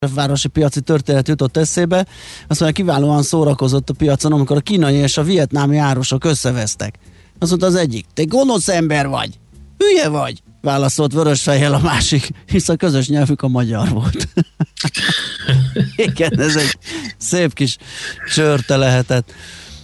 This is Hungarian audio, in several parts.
városi piaci történet jutott eszébe. Azt mondja, kiválóan szórakozott a piacon, amikor a kínai és a vietnámi árusok összevesztek. Azt mondta az egyik, te gonosz ember vagy, hülye vagy, válaszolt vörös fejjel a másik, hisz a közös nyelvük a magyar volt. Igen, ez egy szép kis csörte lehetett.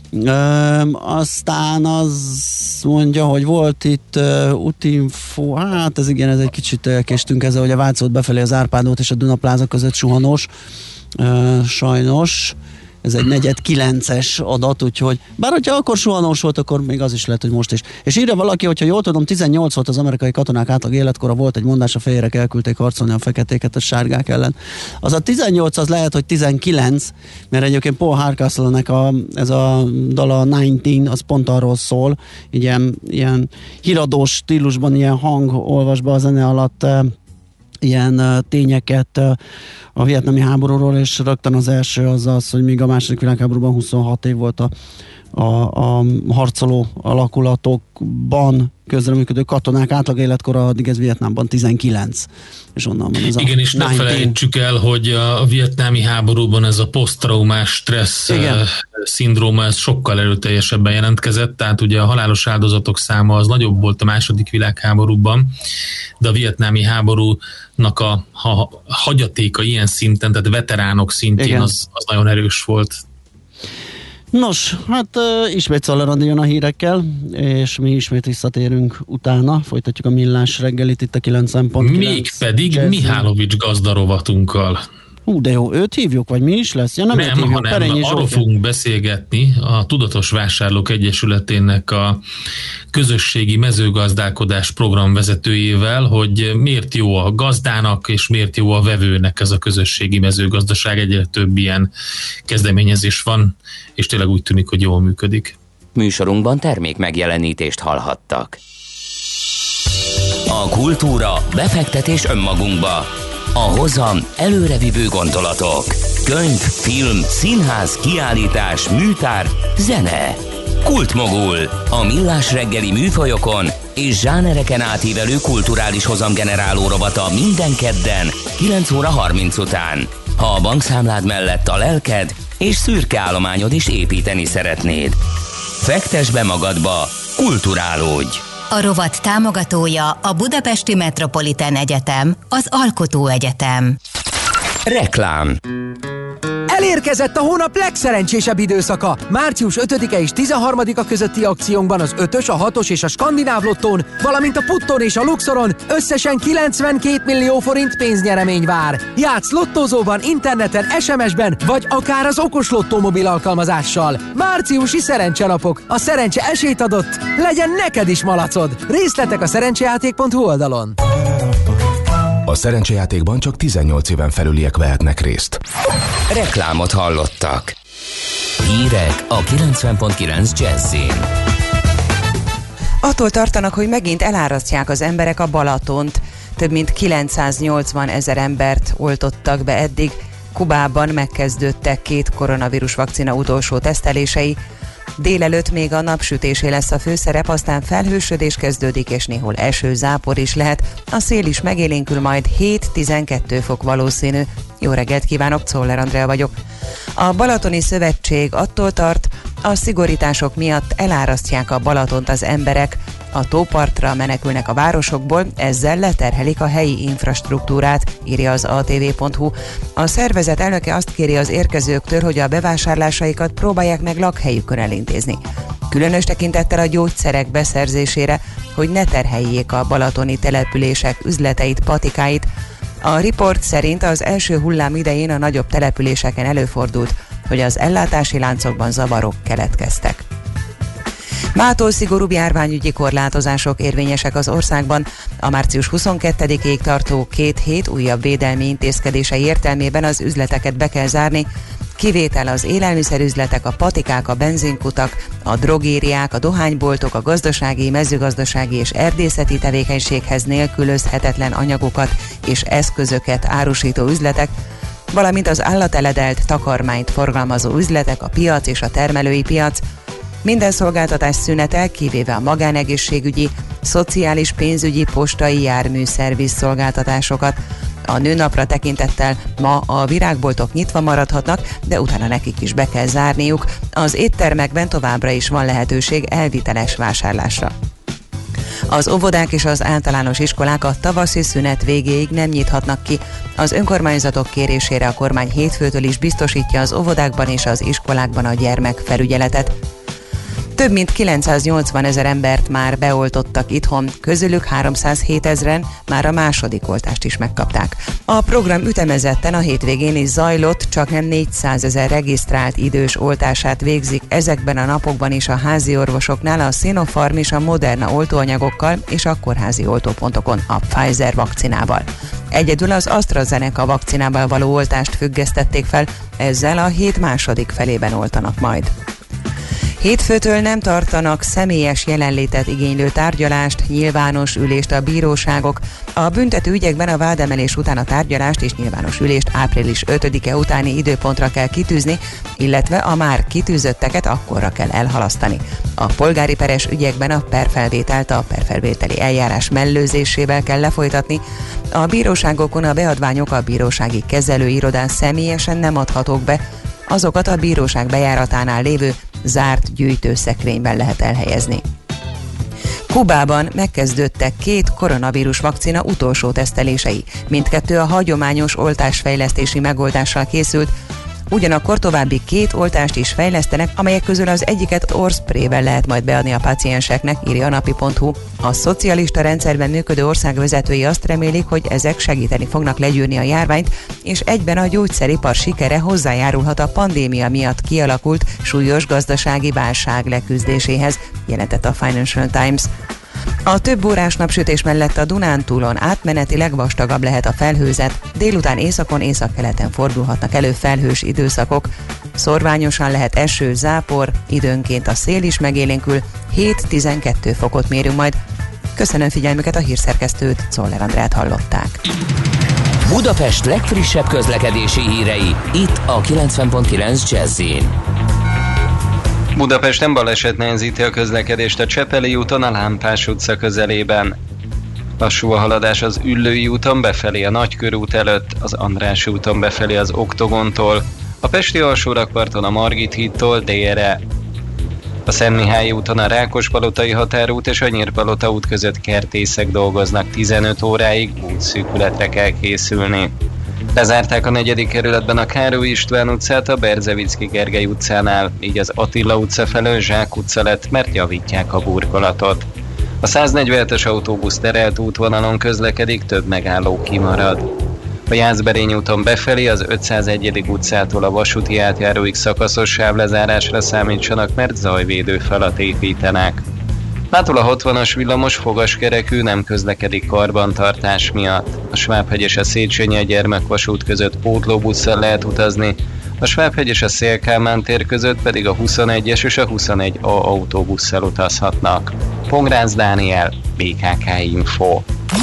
Aztán az mondja, hogy volt itt útinfo, hát ez igen, ez egy kicsit elkéstünk ezzel, hogy a Vácót befelé az Árpád-út és a Dunapláza között suhanós, sajnos. Ez egy 4:09-es adat, úgyhogy bár hogyha akkor suhanós volt, akkor még az is lehet, hogy most is. És írja valaki, hogyha jól tudom, 18 volt az amerikai katonák átlag életkora, volt egy mondás, a fehérek elküldték harcolni a feketéket a sárgák ellen. Az a 18 az lehet, hogy 19, mert egyébként Paul Hardcastle-nek ez a dala 19, az pont arról szól, ilyen híradós stílusban, ilyen hangolvasba a zene alatt ilyen tényeket a vietnámi háborúról, és rögtön az első az, hogy még a második világháborúban 26 év volt a harcoló alakulatokban közreműködő katonák átlag életkora, addig ez Vietnámban 19. És onnan van ez a igen, és ne felejtsük el, hogy a vietnámi háborúban ez a poszttraumás stressz szindróma, ez sokkal erőteljesebben jelentkezett, tehát ugye a halálos áldozatok száma az nagyobb volt a második világháborúban, de a vietnámi háborúnak a hagyatéka ilyen szinten, tehát veteránok szintjén az nagyon erős volt. Nos, hát ismét Szoller Andi jön a hírekkel, és mi ismét visszatérünk utána, folytatjuk a millás reggelit itt a 90.9. Mégpedig Mihálovics gazdarovatunkkal. De jó, őt hívjuk, vagy mi is lesz? Ja, nem, hanem arról fogunk beszélgetni a Tudatos Vásárlók Egyesületének a közösségi mezőgazdálkodás programvezetőjével, hogy miért jó a gazdának, és miért jó a vevőnek ez a közösségi mezőgazdaság. Egyre több ilyen kezdeményezés van, és tényleg úgy tűnik, hogy jól működik. Műsorunkban termék megjelenítést hallhattak. A kultúra, befektetés önmagunkba. A hozam előrevívő gondolatok. Könyv, film, színház, kiállítás, műtár, zene. Kultmogul. A millás reggeli műfajokon és zsánereken átívelő kulturális hozamgeneráló rovata minden kedden 9 óra 30 után. Ha a bankszámlád mellett a lelked és szürke állományod is építeni szeretnéd. Fektess be magadba, kulturálódj! A rovat támogatója a Budapesti Metropolitán Egyetem, az Alkotó Egyetem. Reklám. Elérkezett a hónap legszerencsésebb időszaka. Március 5-e és 13-a közötti akciónkban az 5-ös, a 6-os és a Skandináv lottón, valamint a Putton és a Luxoron összesen 92 millió forint pénznyeremény vár. Játsz lottózóban, interneten, SMS-ben, vagy akár az okos lottó mobil alkalmazással. Márciusi szerencsenapok. A szerencse esélyt adott. Legyen neked is malacod. Részletek a szerencsejáték.hu oldalon. A szerencsejátékban csak 18 éven felüliek vehetnek részt. Reklámot hallottak. Hírek a 90.9 Jazzin. Attól tartanak, hogy megint elárasztják az emberek a Balatont. Több mint 980 000 embert oltottak be eddig. Kubában megkezdődtek 2 koronavírus vakcina utolsó tesztelései. Délelőtt még a napsütésé lesz a főszerep, aztán felhősödés kezdődik, és néhol eső, zápor is lehet. A szél is megélénkül, majd 7-12 fok valószínű. Jó reggelt kívánok, Czoller Andrea vagyok. A Balatoni Szövetség attól tart, a szigorítások miatt elárasztják a Balatont az emberek. A tópartra menekülnek a városokból, ezzel leterhelik a helyi infrastruktúrát, írja az atv.hu. A szervezet elnöke azt kéri az érkezőktől, hogy a bevásárlásaikat próbálják meg lakhelyükön elintézni. Különös tekintettel a gyógyszerek beszerzésére, hogy ne terheljék a balatoni települések üzleteit, patikáit. A riport szerint az első hullám idején a nagyobb településeken előfordult, hogy az ellátási láncokban zavarok keletkeztek. Mától szigorúbb járványügyi korlátozások érvényesek az országban. A március 22-ig tartó 2 hét újabb védelmi intézkedései értelmében az üzleteket be kell zárni. Kivétel az élelmiszerüzletek, a patikák, a benzinkutak, a drogériák, a dohányboltok, a gazdasági, mezőgazdasági és erdészeti tevékenységhez nélkülözhetetlen anyagokat és eszközöket árusító üzletek, valamint az állateledelt takarmányt forgalmazó üzletek, a piac és a termelői piac. Minden szolgáltatás szünetel, kivéve a magánegészségügyi, szociális, pénzügyi, postai, járműszerviz szolgáltatásokat. A nőnapra tekintettel ma a virágboltok nyitva maradhatnak, de utána nekik is be kell zárniuk. Az éttermekben továbbra is van lehetőség elviteles vásárlásra. Az óvodák és az általános iskolák a tavaszi szünet végéig nem nyithatnak ki. Az önkormányzatok kérésére a kormány hétfőtől is biztosítja az óvodákban és az iskolákban a gyermekfelügyeletet. Több mint 980 000 embert már beoltottak itthon, közülük 307 000-en már a második oltást is megkapták. A program ütemezetten a hétvégén is zajlott, csaknem 400 000 regisztrált idős oltását végzik ezekben a napokban is a házi orvosoknál a Sinopharm és a Moderna oltóanyagokkal és a kórházi oltópontokon a Pfizer vakcinával. Egyedül az AstraZeneca vakcinával való oltást függesztették fel, ezzel a hét második felében oltanak majd. Hétfőtől nem tartanak személyes jelenlétet igénylő tárgyalást, nyilvános ülést a bíróságok. A büntető ügyekben a vádemelés után a tárgyalást és nyilvános ülést április 5-e utáni időpontra kell kitűzni, illetve a már kitűzötteket akkorra kell elhalasztani. A polgári peres ügyekben a perfelvételt a perfelvételi eljárás mellőzésével kell lefolytatni. A bíróságokon a beadványok a bírósági kezelőirodán személyesen nem adhatók be, azokat a bíróság bejáratánál lévő zárt gyűjtőszekrényben lehet elhelyezni. Kubában megkezdődtek 2 koronavírus vakcina utolsó tesztelései. Mindkettő a hagyományos oltásfejlesztési megoldással készült, ugyanakkor további 2 oltást is fejlesztenek, amelyek közül az egyiket orrsprével lehet majd beadni a pácienseknek, írja a napi.hu. A szocialista rendszerben működő ország vezetői azt remélik, hogy ezek segíteni fognak legyűrni a járványt, és egyben a gyógyszeripar sikere hozzájárulhat a pandémia miatt kialakult súlyos gazdasági válság leküzdéséhez, jelentett a Financial Times. A több órás napsütés mellett a Dunántúlon átmenetileg vastagabb lehet a felhőzet, délután északon, északkeleten fordulhatnak elő felhős időszakok, szorványosan lehet eső, zápor, időnként a szél is megélénkül, 7-12 fokot mérünk majd. Köszönöm figyelmüket, a hírszerkesztőt, Czoller Andrát hallották. Budapest legfrissebb közlekedési hírei, itt a 90.9 Jazz-in. Budapesten baleset nehezíti a közlekedést a Csepeli úton a Lámpás utca közelében. Lassú a haladás az Üllői úton befelé a Nagykörút előtt, az Andrássy úton befelé az Oktogontól, a Pesti alsórakparton a Margit hídtól délre. A Szentmihályi úton a Rákospalotai határút és a Nyírpalota út között kertészek dolgoznak 15 óráig, útszűkületre kell készülni. Lezárták a 4. kerületben a Károly István utcát a Berzevicki Gergely utcánál, így az Attila utca felől Zsák utca lett, mert javítják a burkolatot. A 147-es autóbusz terelt útvonalon közlekedik, több megálló kimarad. A Jászberény úton befelé az 501. utcától a vasúti átjáróig szakaszos sávlezárásra számítsanak, mert zajvédő falat építenek. Mától a 60-as villamos fogaskerekű nem közlekedik karbantartás miatt. A Svábhegy és a Széchenyi gyermekvasút között pótlóbusszal lehet utazni, a Svábhegy és a Szél-Kálmán tér között pedig a 21-es és a 21A autóbusszal utazhatnak. Pongrácz Dániel, BKK Info.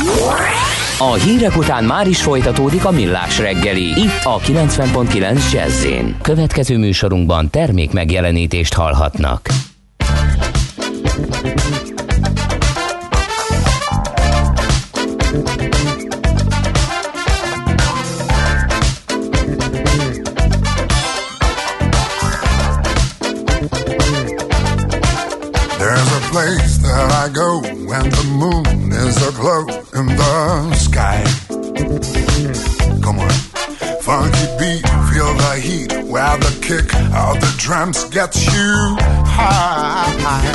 A hírek után már is folytatódik a Millás reggeli, itt a 90.9 Jazz-in. Következő műsorunkban termék megjelenítést hallhatnak. There's a place that I go when the moon is aglow in the sky. Come on. Funky beat, feel the heat, where the kick of the drums gets you high.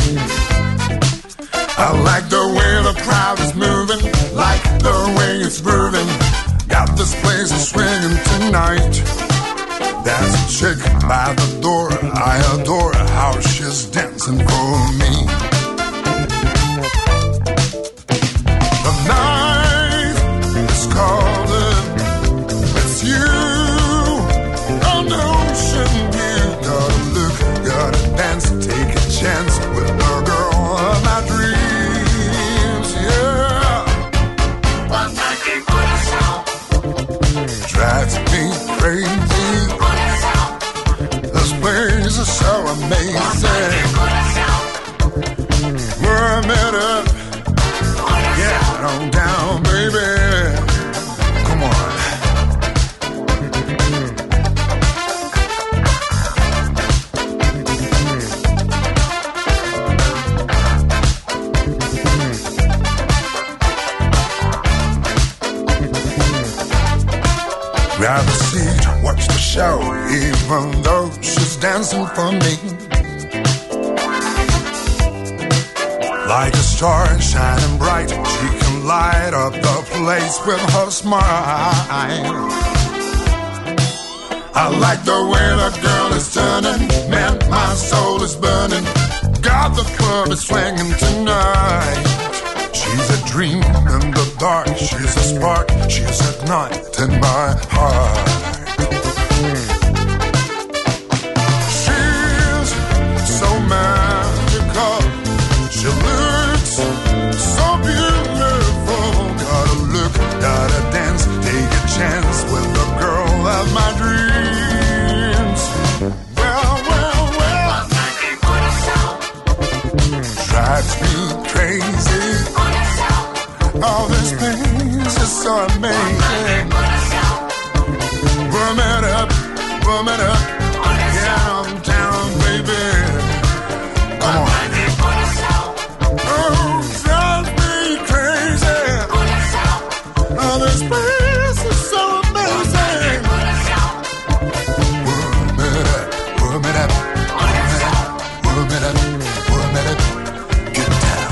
I like the way the crowd is moving, like the way it's grooving. Got this place swinging tonight. There's a chick by the door, I adore how she's dancing for me. The night is calling, it's you, an ocean view. Gotta look, gotta dance, take a chance with the girl of my dreams, yeah. One night in Curacao drives me crazy. This place is so amazing. Where I met her seat, watch the show, even though she's dancing for me. Like a star shining bright, she can light up the place with her smile. I like the way the girl is turning, man, my soul is burning. God, the club is swinging tonight. She's a dream in the dark, she's a spark, she's igniting my heart. She's so magical, she looks so beautiful. Gotta look, gotta dance, take a chance with the girl of my dreams. Well, well, well, drives me crazy. All this pace is so amazing. Boom it up, downtown, baby. Come on. Oh, drives me crazy. All this pace is so amazing. Boom it up, boom it up, boom it up, boom it up. Get down.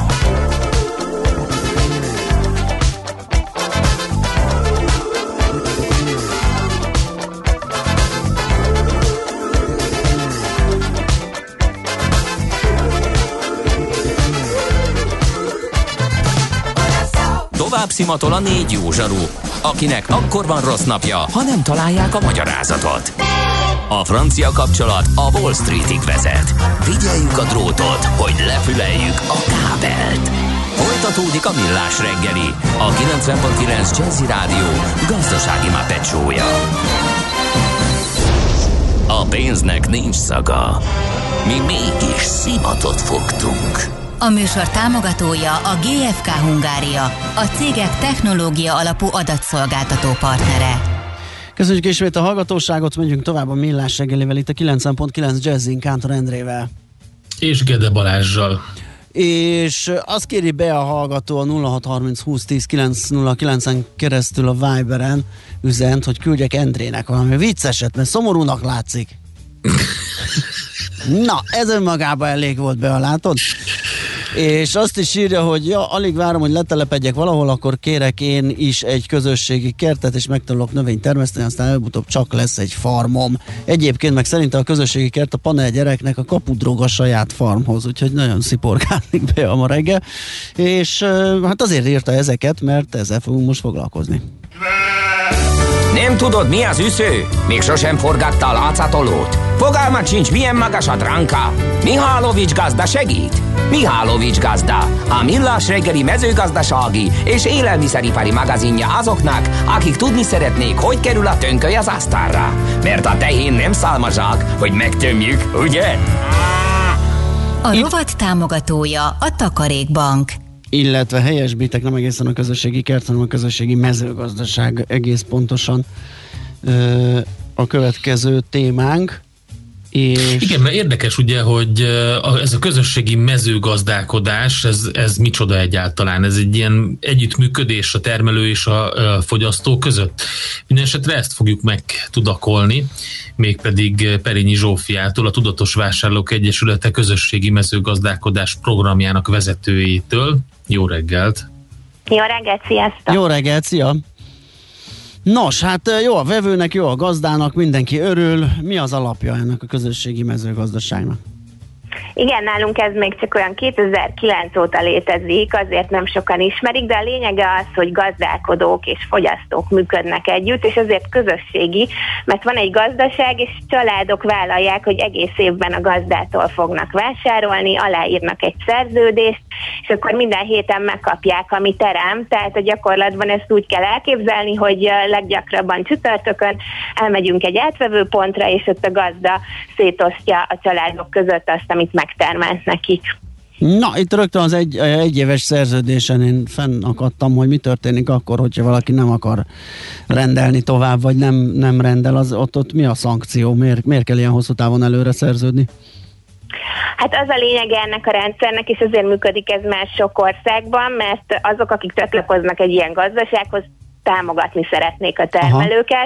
Tovább szimatol a 4 jó zsaru, akinek akkor van rossz napja, ha nem találják a magyarázatot. A francia kapcsolat a Wall Streetig vezet. Figyeljük a drótot, hogy lefüleljük a kábelt. Folytatódik a Millás reggeli, a 90.9 Jazzy Rádió gazdasági mápecsója. A pénznek nincs szaga, mi mégis szimatot fogtunk. A műsor támogatója a GFK Hungária, a cégek technológia alapú adatszolgáltató partnere. Köszönjük ismét a hallgatóságot, megyünk tovább a Millás reggelivel itt a 90.9 Jazzin Kántor Endrével. És Gede Balázssal. És azt kéri be a hallgató a 0630 20 10 909-en keresztül a Viberen üzent, hogy küldjek Endrének valami vicceset, mert szomorúnak látszik. Na, ez önmagában elég volt be, látod? És azt is írja, hogy ja, alig várom, hogy letelepedjek valahol, akkor kérek én is egy közösségi kertet, és megtanulok növényt termeszteni, aztán előbb-utóbb csak lesz egy farmom. Egyébként meg szerintem a közösségi kert a panel gyereknek a kapudrog a saját farmhoz, úgyhogy nagyon sziporgálnik be a ma reggel. És hát azért írta ezeket, mert ezzel fogunk most foglalkozni. Nem tudod, mi az üsző? Még sosem forgatta a látszatolót? Fogalmat sincs, milyen magas a dránka? Mihálovics gazda segít? Mihálovics gazda, a Millás reggeli mezőgazdasági és élelmiszeripari magazinja azoknak, akik tudni szeretnék, hogy kerül a tönköly az asztalra. Mert a tehén nem szálmazsák, hogy megtömjük, ugye? A rovat támogatója a Takarékbank. Illetve helyesbítek, nem egészen a közösségi kert, hanem a közösségi mezőgazdaság egész pontosan a következő témánk. És... Igen, mert érdekes ugye, hogy ez a közösségi mezőgazdálkodás, ez micsoda egyáltalán? Ez egy ilyen együttműködés a termelő és a fogyasztó között. Mindenesetre ezt fogjuk megtudakolni, mégpedig Perényi Zsófiától, a Tudatos Vásárlók Egyesülete közösségi mezőgazdálkodás programjának vezetőjétől. Jó reggelt! Jó reggelt, sziasztok! Jó reggelt, szia! Nos, hát jó a vevőnek, jó a gazdának, mindenki örül. Mi az alapja ennek a közösségi mezőgazdaságnak? Igen, nálunk ez még csak olyan 2009 óta létezik, azért nem sokan ismerik, de a lényege az, hogy gazdálkodók és fogyasztók működnek együtt, és azért közösségi, mert van egy gazdaság, és családok vállalják, hogy egész évben a gazdától fognak vásárolni, aláírnak egy szerződést, és akkor minden héten megkapják, ami terem, tehát a gyakorlatban ezt úgy kell elképzelni, hogy leggyakrabban csütörtökön elmegyünk egy átvevő pontra, és ott a gazda szétosztja a családok között azt, amit megtermelt nekik. Na, itt rögtön az egy éves szerződésen én fennakadtam, hogy mi történik akkor, hogyha valaki nem akar rendelni tovább, vagy nem rendel, ott mi a szankció? Miért kell ilyen hosszú távon előre szerződni? Hát az a lényege ennek a rendszernek, és azért működik ez már sok országban, mert azok, akik csatlakoznak egy ilyen gazdasághoz, támogatni szeretnék a termelőket,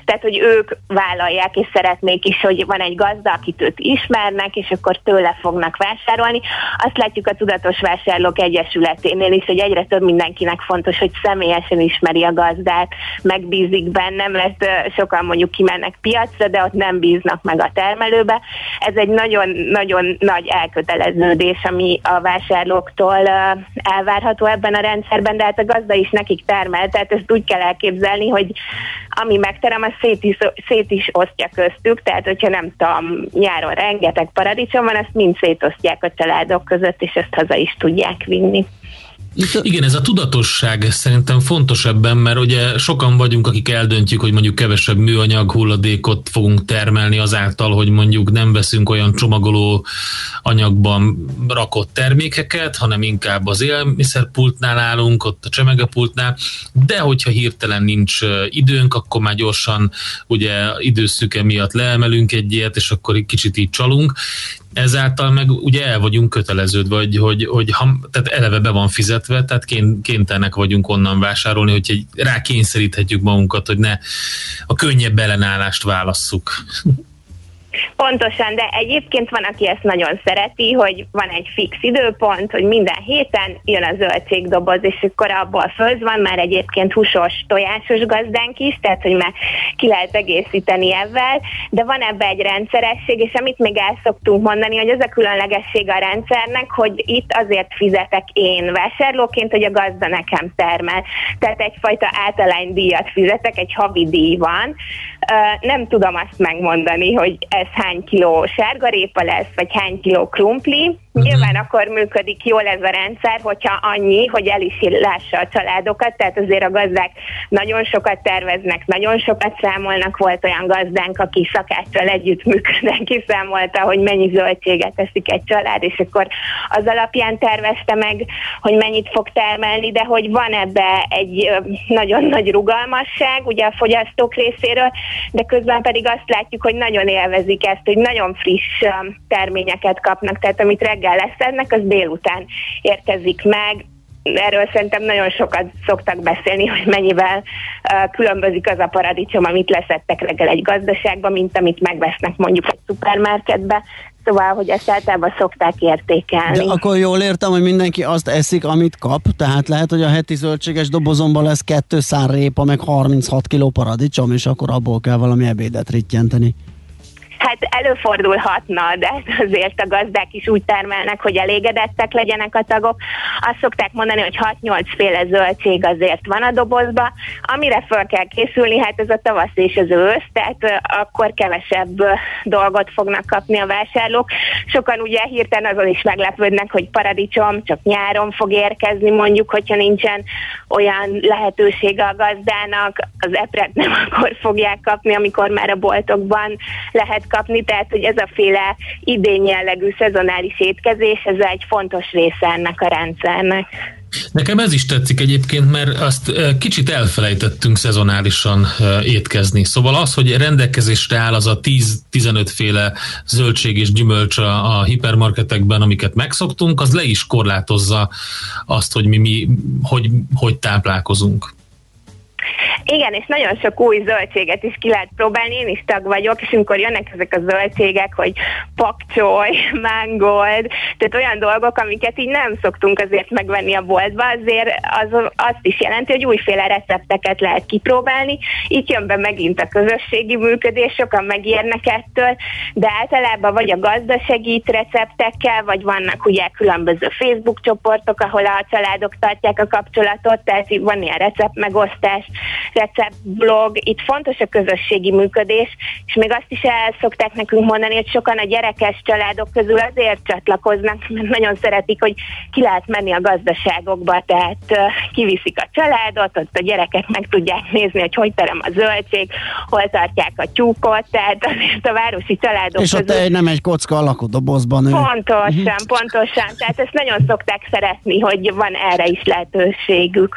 Tehát, hogy ők vállalják, és szeretnék is, hogy van egy gazda, akit őt ismernek, és akkor tőle fognak vásárolni. Azt látjuk a Tudatos Vásárlók Egyesületénél is, hogy egyre több mindenkinek fontos, hogy személyesen ismeri a gazdát, megbízik benne, mert sokan mondjuk kimennek piacra, de ott nem bíznak meg a termelőbe. Ez egy nagyon-nagyon nagy elköteleződés, ami a vásárlóktól elvárható ebben a rendszerben, de hát a gazda is nekik termel, tehát ezt úgy kell elképzelni, hogy ami megterem, az szét is osztja köztük, tehát hogyha nem tudom, nyáron rengeteg paradicsom van, azt mind szétosztják a családok között, és ezt haza is tudják vinni. Igen, ez a tudatosság szerintem fontos ebben, mert ugye sokan vagyunk, akik eldöntjük, hogy mondjuk kevesebb műanyag hulladékot fogunk termelni azáltal, hogy mondjuk nem veszünk olyan csomagoló anyagban rakott termékeket, hanem inkább az élelmiszerpultnál állunk, ott a csemegepultnál, de hogyha hirtelen nincs időnk, akkor már gyorsan ugye időszüke miatt leemelünk egy ilyet, és akkor egy kicsit így csalunk. Ezáltal meg ugye el vagyunk köteleződve, hogy tehát eleve be van fizetve, tehát kénytelenek vagyunk onnan vásárolni, hogy rá kényszeríthetjük magunkat, hogy ne a könnyebb ellenállást válasszuk. Pontosan, de egyébként van, aki ezt nagyon szereti, hogy van egy fix időpont, hogy minden héten jön a zöldségdoboz, és akkor abból fölz van már egyébként húsos, tojásos gazdánk is, tehát hogy már ki lehet egészíteni ebben, de van ebbe egy rendszeresség, és amit még el szoktunk mondani, hogy az a különlegesség a rendszernek, hogy itt azért fizetek én vásárlóként, hogy a gazda nekem termel. Tehát egyfajta általánydíjat fizetek, egy havi díj van. Nem tudom azt megmondani, hogy ez hány kiló sárgarépa lesz, vagy hány kiló krumpli. Nyilván akkor működik jól ez a rendszer, hogyha annyi, hogy el is lássa a családokat, tehát azért a gazdák nagyon sokat terveznek, nagyon sokat számolnak. Volt olyan gazdánk, aki szakáccsal együttműködően kiszámolta, hogy mennyi zöldséget eszik egy család, és akkor az alapján tervezte meg, hogy mennyit fog termelni, de hogy van ebbe egy nagyon nagy rugalmasság ugye a fogyasztók részéről, de közben pedig azt látjuk, hogy nagyon élvezik ezt, hogy nagyon friss terményeket kapnak, tehát amit reggel leszednek, az délután érkezik meg. Erről szerintem nagyon sokat szoktak beszélni, hogy mennyivel különbözik az a paradicsom, amit leszedtek reggel egy gazdaságban, mint amit megvesznek mondjuk egy szupermarketbe. Szóval, hogy ezt általában szokták értékelni. De akkor jól értem, hogy mindenki azt eszik, amit kap, tehát lehet, hogy a heti zöldséges dobozomban lesz 2 szár répa, meg 36 kiló paradicsom, és akkor abból kell valami ebédet rittyenteni. Hát előfordulhatna, de azért a gazdák is úgy termelnek, hogy elégedettek legyenek a tagok. Azt szokták mondani, hogy 6-8 féle zöldség azért van a dobozba. Amire fel kell készülni, hát ez a tavasz és az ősz, tehát akkor kevesebb dolgot fognak kapni a vásárlók. Sokan ugye hirtelen azon is meglepődnek, hogy paradicsom csak nyáron fog érkezni, mondjuk, hogyha nincsen olyan lehetősége a gazdának, az epret nem akkor fogják kapni, amikor már a boltokban lehet kapni, tehát hogy ez a féle idén jellegű szezonális étkezés, ez egy fontos része ennek a rendszernek. Nekem ez is tetszik egyébként, mert azt kicsit elfelejtettünk szezonálisan étkezni. Szóval az, hogy rendelkezésre áll az a 10-15 féle zöldség és gyümölcs a hipermarketekben, amiket megszoktunk, az le is korlátozza azt, hogy mi hogy táplálkozunk. Igen, és nagyon sok új zöldséget is ki lehet próbálni, én is tag vagyok, és amikor jönnek ezek a zöldségek, hogy pakcsoly, mangold, tehát olyan dolgok, amiket így nem szoktunk azért megvenni a boltba, azért azt is jelenti, hogy újféle recepteket lehet kipróbálni, így jön be megint a közösségi működés, sokan megérnek ettől, de általában vagy a gazda segít receptekkel, vagy vannak ugye különböző Facebook csoportok, ahol a családok tartják a kapcsolatot, tehát van ilyen receptmegosztás, receptblog, itt fontos a közösségi működés, és még azt is el szokták nekünk mondani, hogy sokan a gyerekes családok közül azért csatlakoznak, mert nagyon szeretik, hogy ki lehet menni a gazdaságokba, tehát kiviszik a családot, ott a gyerekek meg tudják nézni, hogy terem a zöldség, hol tartják a tyúkot, tehát azért a városi családok és közül... És ott nem egy kocka a lakódobozban ő. Pontosan, tehát ezt nagyon szokták szeretni, hogy van erre is lehetőségük.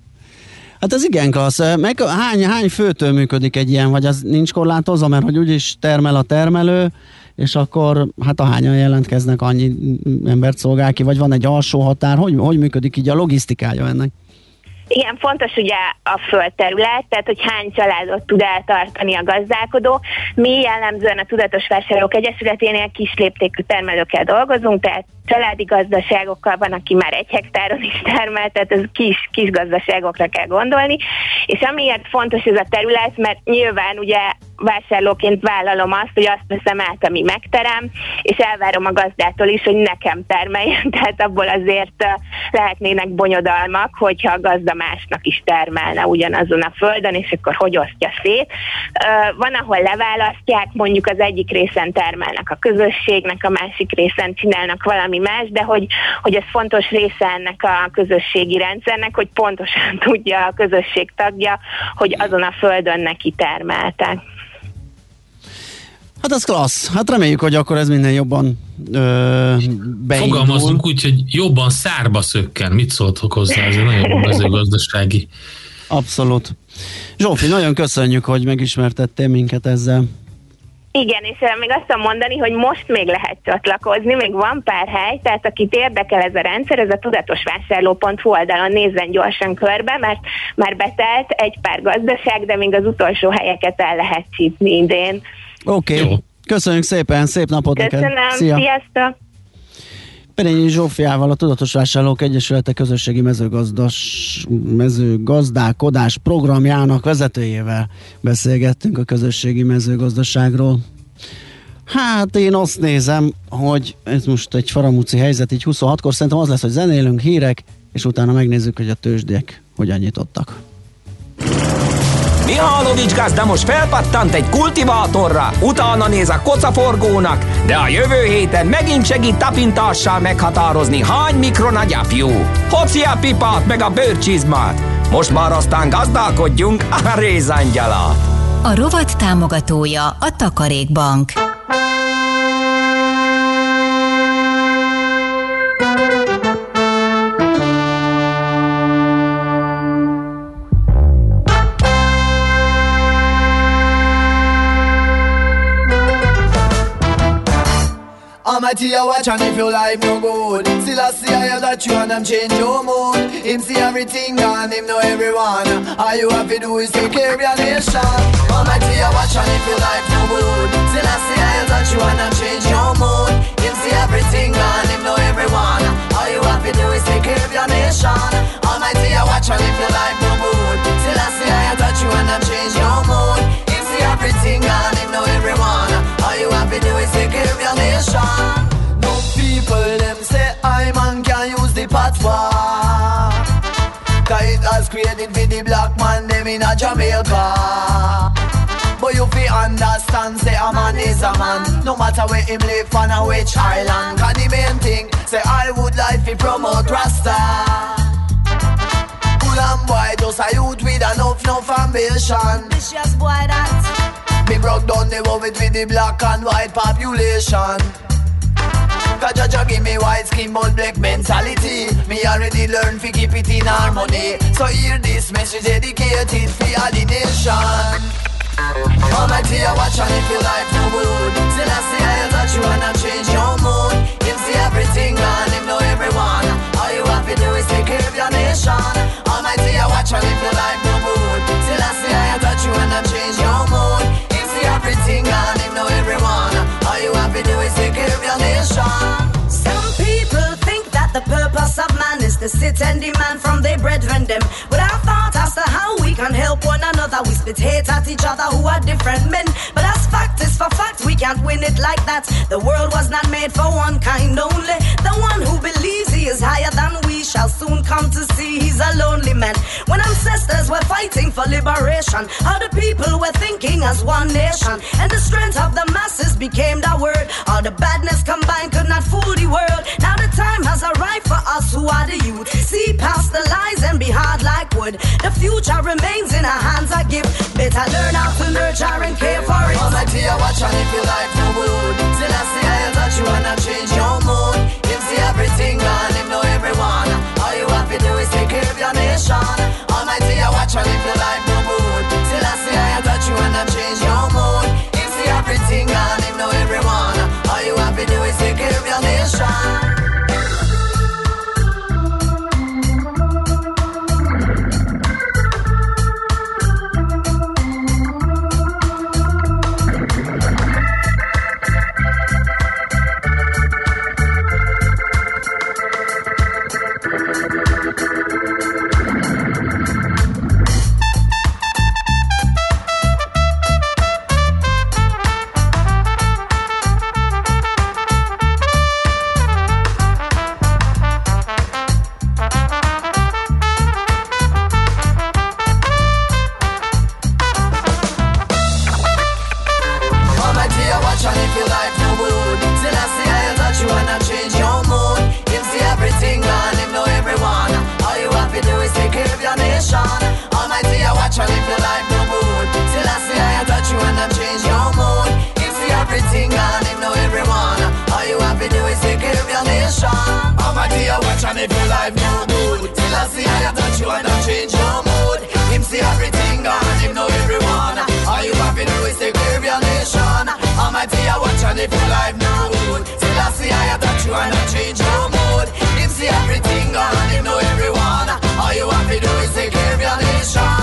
Hát ez igen klassz. Meg hány főtől működik egy ilyen, vagy az nincs korlátozva, mert hogy úgyis termel a termelő, és akkor hát ahányan jelentkeznek, annyi embert szolgál ki, vagy van egy alsó határ, hogy működik így a logisztikája ennek? Igen, fontos ugye a földterület, tehát hogy hány családot tud eltartani a gazdálkodó. Mi jellemzően a Tudatos Vásárlók Egyesületénél kisléptékű termelőkkel dolgozunk, tehát családi gazdaságokkal van, aki már 1 hektáron is termel, tehát ez kis gazdaságokra kell gondolni, és amiért fontos ez a terület, mert nyilván ugye vásárlóként vállalom azt, hogy azt veszem át, ami megterem, és elvárom a gazdától is, hogy nekem termeljen, tehát abból azért lehetnének bonyodalmak, hogyha a gazda másnak is termelne ugyanazon a földön, és akkor hogy osztja szét. Van, ahol leválasztják, mondjuk az egyik részen termelnek a közösségnek, a másik részen csinálnak valami más, de hogy ez fontos része ennek a közösségi rendszernek, hogy pontosan tudja a közösség tagja, hogy azon a földön neki termeltek. Hát ez klassz. Hát reméljük, hogy akkor ez minden jobban beindul. Fogalmazunk úgy, hogy jobban szárba szökken. Mit szóltok hozzá? Ez egy nagyon mezőgazdasági. Abszolút. Zsófi, nagyon köszönjük, hogy megismertettél minket ezzel. Igen, és még azt tudom mondani, hogy most még lehet csatlakozni, még van pár hely, tehát akit érdekel ez a rendszer, ez a tudatosvásárló.hu oldalon nézzen gyorsan körbe, mert már betelt egy pár gazdaság, de még az utolsó helyeket el lehet csípni idén. Oké. Köszönjük szépen, szép napot neked. Köszönöm, sziasztok! Perényi Zsófiával, a Tudatos Vásárlók Egyesülete közösségi mezőgazdálkodás programjának vezetőjével beszélgettünk a közösségi mezőgazdaságról. Hát én azt nézem, hogy ez most egy faramúci helyzet, így 26-kor szerintem az lesz, hogy zenélünk, hírek, és utána megnézzük, hogy a tőzsdék hogyan nyitottak. Mihálovics gazda most felpattant egy kultivátorra, utána néz a kocaforgónak, de a jövő héten megint segít tapintással meghatározni, hány mikron a gyapjú. Hoci a pipát meg a bőrcsizmát. Most már aztán gazdálkodjunk a rézangyalat. A rovat támogatója a Takarékbank. Almighty, I watch and if your life no good, still I see I that you and I'm change your mood. Him see everything and him know everyone. All you have to do is take care of your nation. Almighty, I watch and if your life no good, still I see I that you and I'm change your mood. Him see everything and him know everyone. All you have to do is take care of your nation. Almighty, I watch and if your life no good, still I see I that you and I'm change your mood. Him see everything and him know everyone. All you have to do is take care of your nation. No people them say I man can use the patois, cause it has created for the black man them in a Jamaica. But you fi understand say a man is a man, no matter where him live on a which island. Cause the main thing say I would like to promote Rasta. Cool and boy just a youth with enough ambition. Vicious boy that me broke down the world with the black and white population. Cause Jaja give me white skin but black mentality. Me already learned to keep it in harmony. So hear this message dedicated for all the nation. Almighty, I watch and if your life no good, still I see I that you and I change your mood. Him see everything and him know everyone. All you have to do is take care of your nation. Almighty, I watch and if your life no good, still I see I that you and I change your mood. Him see everything and him know everyone. All you have to do is take care of your nation. Some people think that the purpose of man is to sit and demand from their brethren them without thought as to how we can help one another. We spit hate at each other who are different men, but as fact is for fact, we can't win it like that. The world was not made for one kind only. The one who believes he is higher than we shall soon come to see he's a lonely man. When ancestors were fighting for liberation, other people were thinking as one nation, and the strength of the masses became the word. All the badness combined could not fool the world. Now the time has arrived for us who are the youth. See past the lies and be hard like wood. The future remains in our hands a gift. Better learn how to nurture and care for it. Almighty, I watch and if your life no good, still I see I that you and I change your mood. Him see everything and him know everyone. All you have to do is take care of your nation. Almighty, I watch and if your life no good, still I see I that you and I change your mood. Him see everything and him know everyone. All you have to do is take care of your nation. watch and if your life no good, still I see I touch you and I change your mood. Him see everything gone, him know everyone. All you have to do is take care of your nation. Almighty I watch and if your life no good, still I see I touch you and I change your mood. Him see everything gone, him know everyone. All you have to do is take care of your nation. Almighty I watch and if your life no good, still I see I touch you and I change your mood. Him see everything gone, him know everyone. All you have to do is take care of your nation. Almighty I watch and if your life no good, still I see I touch you and I change your mood. Him see everything gone, him know everyone. All you have to do is take care of your nation.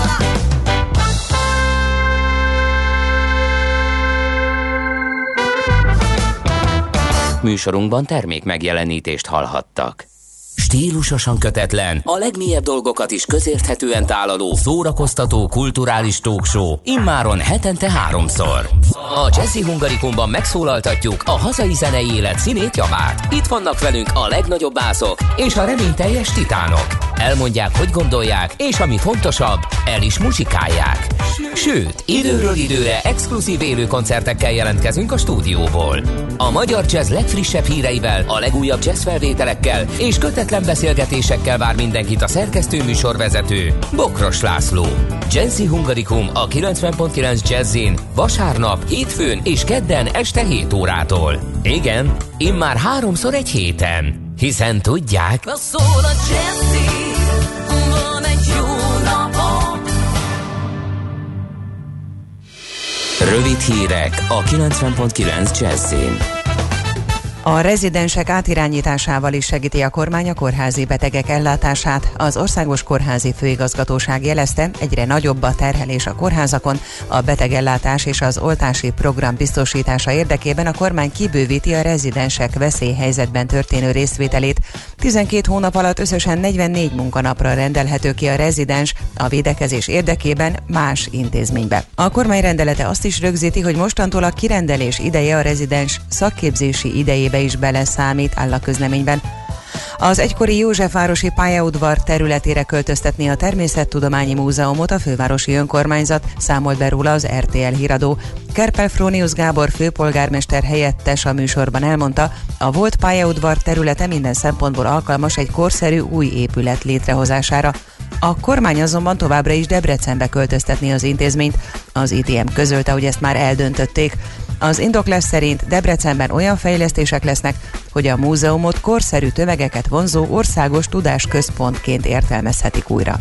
Műsorunkban termék megjelenítést hallhattak. Stílusosan kötetlen, a legmélyebb dolgokat is közérthetően tálaló, szórakoztató, kulturális talkshow, immáron hetente 3-szor. A Jazzy Hungarikumban megszólaltatjuk a hazai zenei élet színét, javát. Itt vannak velünk a legnagyobb ászok és a reményteljes titánok. Elmondják, hogy gondolják, és ami fontosabb, el is muzsikálják. Sőt, időről időre exkluzív élő koncertekkel jelentkezünk a stúdióból. A magyar jazz legfrissebb híreivel, a legújabb jazz felvételekkel és kötetlen beszélgetésekkel vár mindenkit a szerkesztő műsorvezető, Bokros László. Jazzy Hungarikum a 90.9 Jazzin vasárnap, hétfőn és kedden este 7 órától. Igen, immár 3-szor egy héten. Hiszen tudják... Szól a Jazzy, van egy jó napom. Rövid hírek a 90.9 Jazzin. A rezidensek átirányításával is segíti a kormány a kórházi betegek ellátását. Az Országos Kórházi Főigazgatóság jelezte, egyre nagyobb a terhelés a kórházakon, a betegellátás és az oltási program biztosítása érdekében a kormány kibővíti a rezidensek veszélyhelyzetben történő részvételét. 12 hónap alatt összesen 44 munkanapra rendelhető ki a rezidens a védekezés érdekében más intézménybe. A kormány rendelete azt is rögzíti, hogy mostantól a kirendelés ideje a rezidens szakképzési idejébe is beleszámít, áll a közleményben. Az egykori Józsefvárosi pályaudvar területére költöztetné a Természettudományi Múzeumot a fővárosi önkormányzat, számolt be róla az RTL híradó. Kerpel Frónius Gábor főpolgármester helyettes a műsorban elmondta, a volt pályaudvar területe minden szempontból alkalmas egy korszerű új épület létrehozására. A kormány azonban továbbra is Debrecenbe költöztetné az intézményt. Az ITM közölte, hogy ezt már eldöntötték. Az indoklás szerint Debrecenben olyan fejlesztések lesznek, hogy a múzeumot korszerű tömegeket vonzó országos tudásközpontként értelmezhetik újra.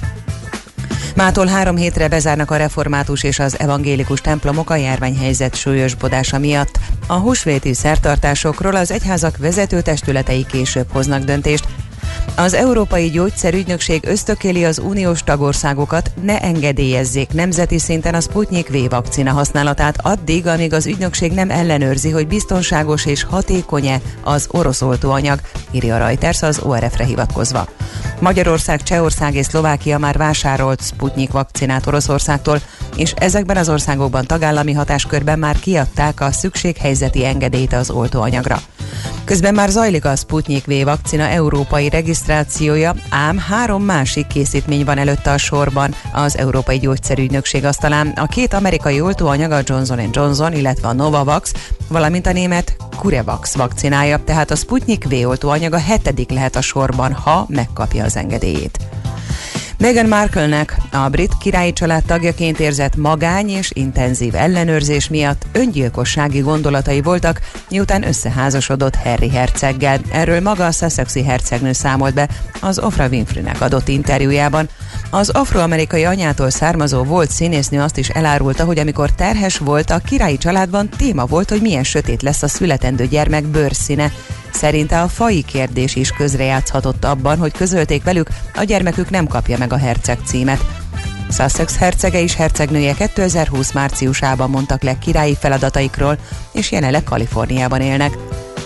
Mától 3 hétre bezárnak a református és az evangélikus templomok a járványhelyzet súlyosbodása miatt. A húsvéti szertartásokról az egyházak vezetőtestületei később hoznak döntést. Az Európai Gyógyszerügynökség ösztökéli az uniós tagországokat, ne engedélyezzék nemzeti szinten a Sputnik V vakcina használatát addig, amíg az ügynökség nem ellenőrzi, hogy biztonságos és hatékony-e az orosz oltóanyag, írja a Reuters az ORF-re hivatkozva. Magyarország, Csehország és Szlovákia már vásárolt Sputnik vakcinát Oroszországtól, és ezekben az országokban tagállami hatáskörben már kiadták a szükséghelyzeti engedélyt az oltóanyagra. Közben már zajlik a Sputnik V vakcina európai regisztrációja, ám 3 másik készítmény van előtte a sorban az Európai Gyógyszerügynökség asztalán. A 2 amerikai oltóanyag, a Johnson & Johnson, illetve a Novavax, valamint a német CureVac vakcinája, tehát a Sputnik V oltóanyag a 7. lehet a sorban, ha megkapja az engedélyét. Meghan Markle-nek a brit királyi család tagjaként érzett magány és intenzív ellenőrzés miatt öngyilkossági gondolatai voltak, miután összeházasodott Harry herceggel. Erről maga a Sussexi hercegnő számolt be az Oprah Winfreynek adott interjújában. Az afroamerikai anyától származó volt színésznő azt is elárulta, hogy amikor terhes volt, a királyi családban téma volt, hogy milyen sötét lesz a születendő gyermek bőrszíne. Szerinte a faji kérdés is közrejátszhatott abban, hogy közölték velük, a gyermekük nem kapja meg a herceg címet. Sussex hercege és hercegnője 2020 márciusában mondtak le királyi feladataikról, és jelenleg Kaliforniában élnek.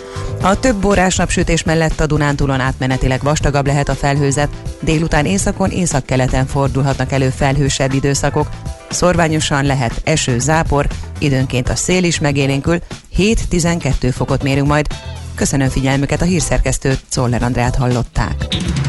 A több órás napsütés mellett a Dunántúlon átmenetileg vastagabb lehet a felhőzet, délután északon, északkeleten fordulhatnak elő felhősebb időszakok, szorványosan lehet eső, zápor, időnként a szél is megélénkül, 7-12 fokot mérünk majd. Köszönöm figyelmüket, a hírszerkesztőt, Czoller Andrát hallották.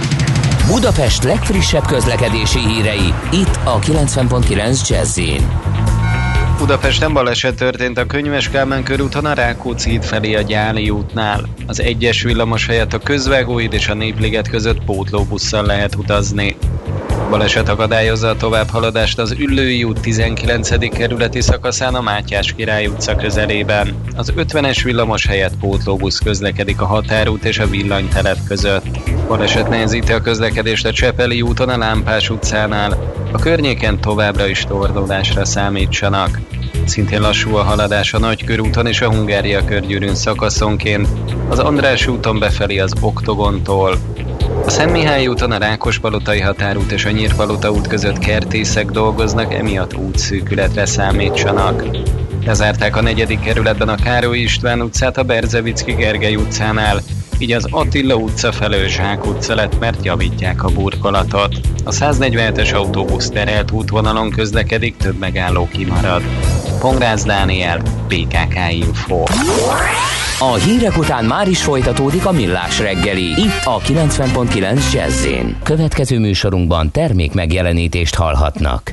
Budapest legfrissebb közlekedési hírei, itt a 90.9 Jazz-in. Budapesten baleset történt a Könyves Kálmán körúton a Rákóczi híd felé a Gyáli útnál. Az 1-es villamos helyett a Közvágóhíd és a Népliget között pótlóbusszal lehet utazni. Baleset akadályozza a továbbhaladást az Üllői út 19. kerületi szakaszán a Mátyás Király utca közelében. Az 50-es villamos helyett pótlóbusz közlekedik a Határút és a Villanytelep között. Baleset nehezíti a közlekedést a Csepeli úton a Lámpás utcánál. A környéken továbbra is torlódásra számítsanak. Szintén lassú a haladás a Nagykörúton és a Hungária körgyűrűn szakaszonként, az András úton befelé az Oktogontól. A Szentmihályi úton a Rákospalotai határút és a Nyírpalota út között kertészek dolgoznak, emiatt útszűkületre számítsanak. Lezárták a 4. kerületben a Károly István utcát a Berzevicki Gergely utcánál, így az Attila utca felől Zsák utca lett, mert javítják a burkolatot. A 147-es autóbusz terelt útvonalon közlekedik, több megálló kimarad. Pongrácz Dániel, BKK Info. A hírek után már is folytatódik a Millás reggeli, itt a 90.9 Jazz-én. Következő műsorunkban termék megjelenítést hallhatnak.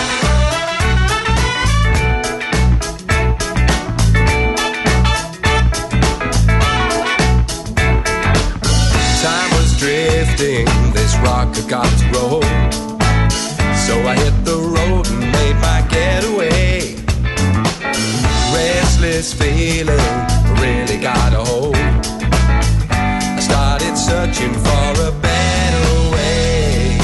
This rocket got to roll, so I hit the road and made my getaway. Restless feeling really got a hold. I started searching for a better way,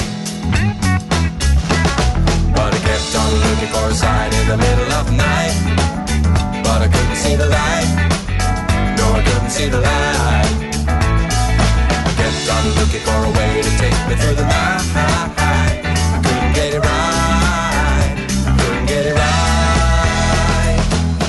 but I kept on looking for a sign in the middle of the night, but I couldn't see the light. No, I couldn't see the light. I'm looking for a way to take me through the night. I couldn't get it right. Couldn't get it right.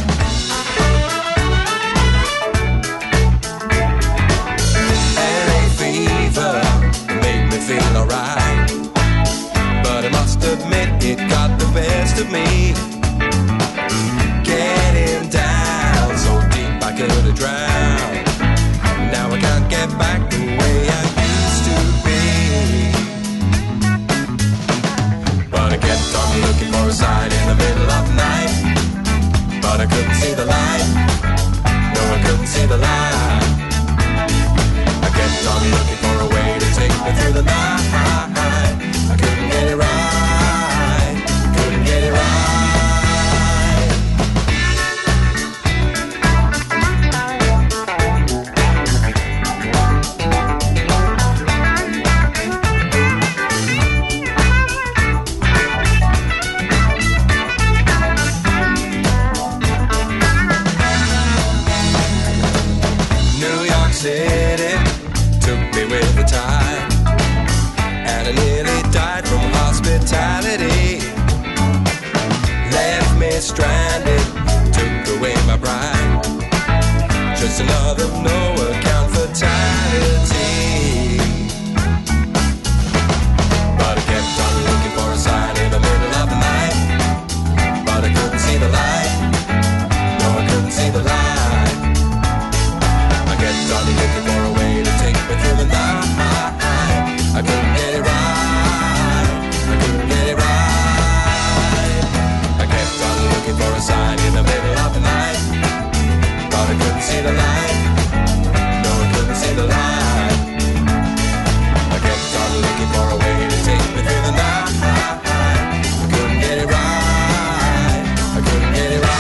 LA fever made me feel alright, but I must admit it got the best of me. Getting down so deep I could have drowned. Now I can't get back the way I used to be. But I kept on looking for a sign in the middle of the night, but I couldn't see the light. No, I couldn't see the light. I kept on looking for a way to take me through the night. I couldn't get it right. Couldn't get it right. City took me with the tide, and I nearly died from hospitality. Left me stranded, took away my pride. Just another no account fatality. But I kept on looking for a sign in the middle of the night, but I couldn't see the light. No, I couldn't see the light. Started looking for a way to take me through the night. I couldn't get it right. I couldn't get it right. I kept on looking for a sign in the middle of the night, but I couldn't see the light. No, I couldn't see the light. I kept on looking for a way to take me through the night. I couldn't get it right. I couldn't get it right.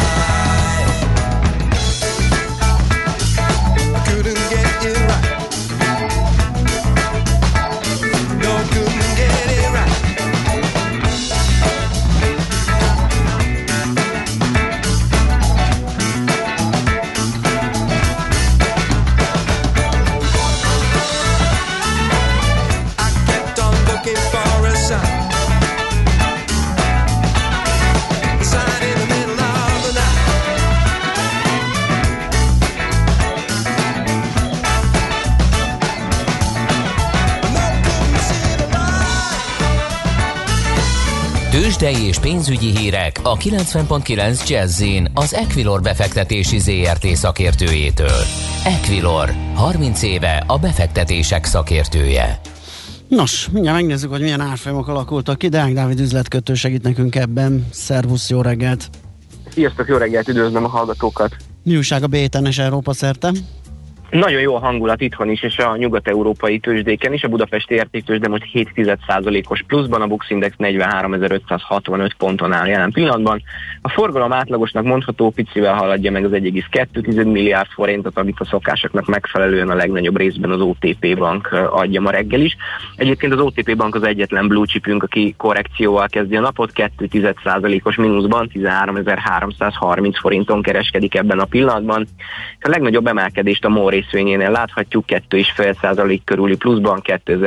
Tőzsdei és pénzügyi hírek a 90.9 Jazz-in az Equilor befektetési ZRT szakértőjétől. Equilor, 30 éve a befektetések szakértője. Nos, mindjárt megnézzük, hogy milyen árfolyamok alakultak ki. Deák Dávid üzletkötő segít nekünk ebben. Szervusz, jó reggelt! Sziasztok, jó reggelt, üdvözlöm a hallgatókat! Mi újság a B-ten és Európa szerte? Nagyon jó a hangulat itthon is, és a nyugat-európai tőzsdéken is. A budapesti értéktőzsde most 0,7%-os pluszban, a Bux Index 43.565 ponton áll jelen pillanatban. A forgalom átlagosnak mondható, picivel haladja meg az 1,2 milliárd forintot, amit a szokásoknak megfelelően a legnagyobb részben az OTP Bank adja ma reggel is. Egyébként az OTP Bank az egyetlen blue chipünk, aki korrekcióval kezdi a napot, 0,2%-os mínuszban, 13.330 forinton kereskedik ebben a pillanatban. A legnagyobb emelkedést a MOL részvényénél láthatjuk, 2,5% körüli pluszban,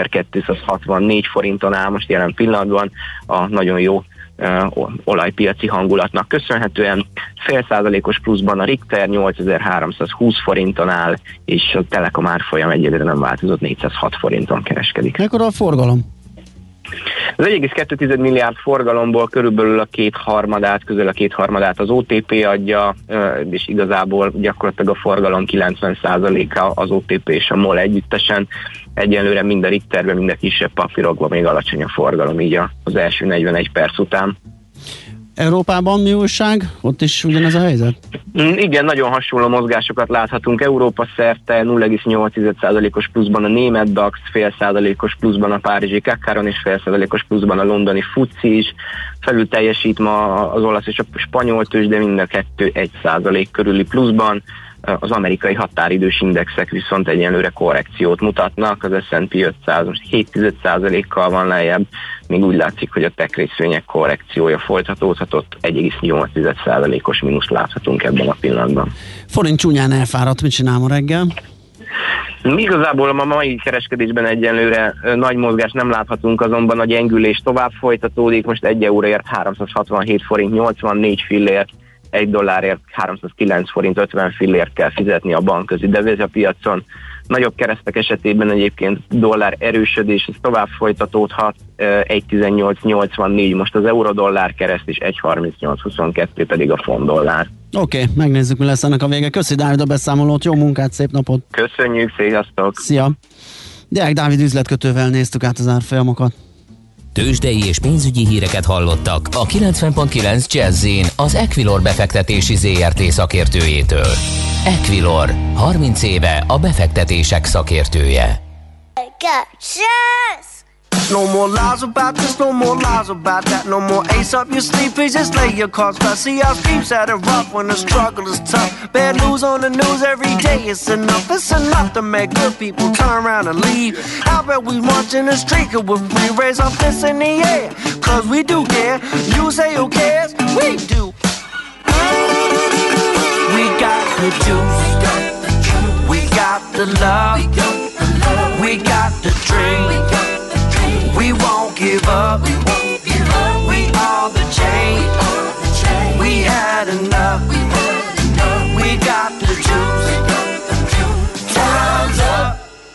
2264 forinton áll most jelen pillanatban a nagyon jó olajpiaci hangulatnak köszönhetően. 0,5%-os pluszban a Richter 8320 forinton áll, és a Telekom árfolyam egyelőre nem változott, 406 forinton kereskedik. Mekkora a forgalom? Az 1,2 milliárd forgalomból körülbelül közel a kétharmadát az OTP adja, és igazából gyakorlatilag a forgalom 90%-a az OTP és a MOL együttesen. Egyenlőre mind a Richterben, mind a kisebb papírokban még alacsony a forgalom, így az első 41 perc után. Európában mi újság? Ott is ugyanez a helyzet? Igen, nagyon hasonló mozgásokat láthatunk Európa szerte, 0,8%-os pluszban a német DAX, 0,5%-os pluszban a párizsi CAC-on és 0,5%-os pluszban a londoni FTSE is. Felül teljesít ma az olasz és a spanyol tőzsde, mind a kettő 1% körüli pluszban. Az amerikai határidős indexek viszont egyenlőre korrekciót mutatnak, az S&P 500 most 0,7%-kal van lejjebb, még úgy látszik, hogy a tech részvények korrekciója folytatódhatott, 1,8%-os mínusz láthatunk ebben a pillanatban. Forint csúnyán elfáradt, mit csinál ma reggel? Igazából a mai kereskedésben egyenlőre nagy mozgást nem láthatunk, azonban a gyengülés tovább folytatódik, most 1 euróért 367 forint 84 fillért, 1 dollárért 309 forint 50 fillért kell fizetni a bankközi devizapiacon. Nagyobb keresztek esetében egyébként dollár erősödés, ez tovább folytatódhat, 1,1884 most az euró-dollár kereszt, és 1,3822 pedig a font dollár. Oké, megnézzük, mi lesz ennek a vége. Köszi Dávid a beszámolót, jó munkát, szép napot! Köszönjük, sziasztok! Szia! Deák Dávid üzletkötővel néztük át az árfolyamokat. Tőzsdei és pénzügyi híreket hallottak a 90.9 Jazz-in az Equilor befektetési ZRT szakértőjétől. Equilor, 30 éve a befektetések szakértője. No more lies about this, no more lies about that. No more ace up your sleeve, please just lay your cards flat. See our streets had it rough when the struggle is tough. Bad news on the news every day, it's enough to make good people turn around and leave. I bet we march in the street, cause we raise our fists in the air, cause we do care. You say who cares? We do. We got the juice, we got the love, we got the dream. We won't give up. We are the change. We had enough. We got the juice. Time's up.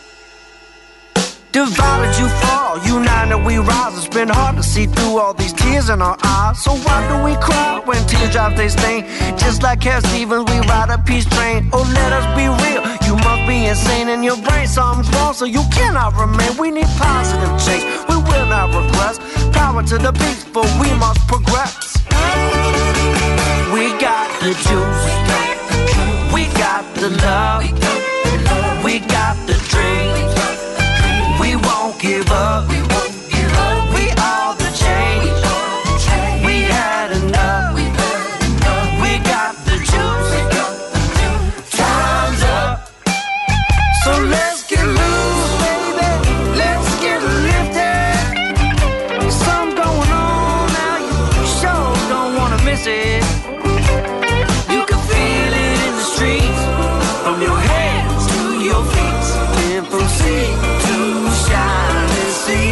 Divided you fall, united we rise. It's been hard to see through all these tears in our eyes. So why do we cry when teardrops they stain? Just like Cat Stevens, we ride a peace train. Oh, let us be real. You must be insane in your brain. Something's wrong, so you cannot remain. We need positive change. We will not regress. Power to the beast, but we must progress. We got the juice. We got the love. We got the dream. We won't give up. We are the change. We had enough. We got the juice. Time's up. So let's get loose, baby. Let's get lifted. Something going on now. You sure don't wanna miss it. You can feel it in the streets, from your hands to your feet, and from sea to shining sea.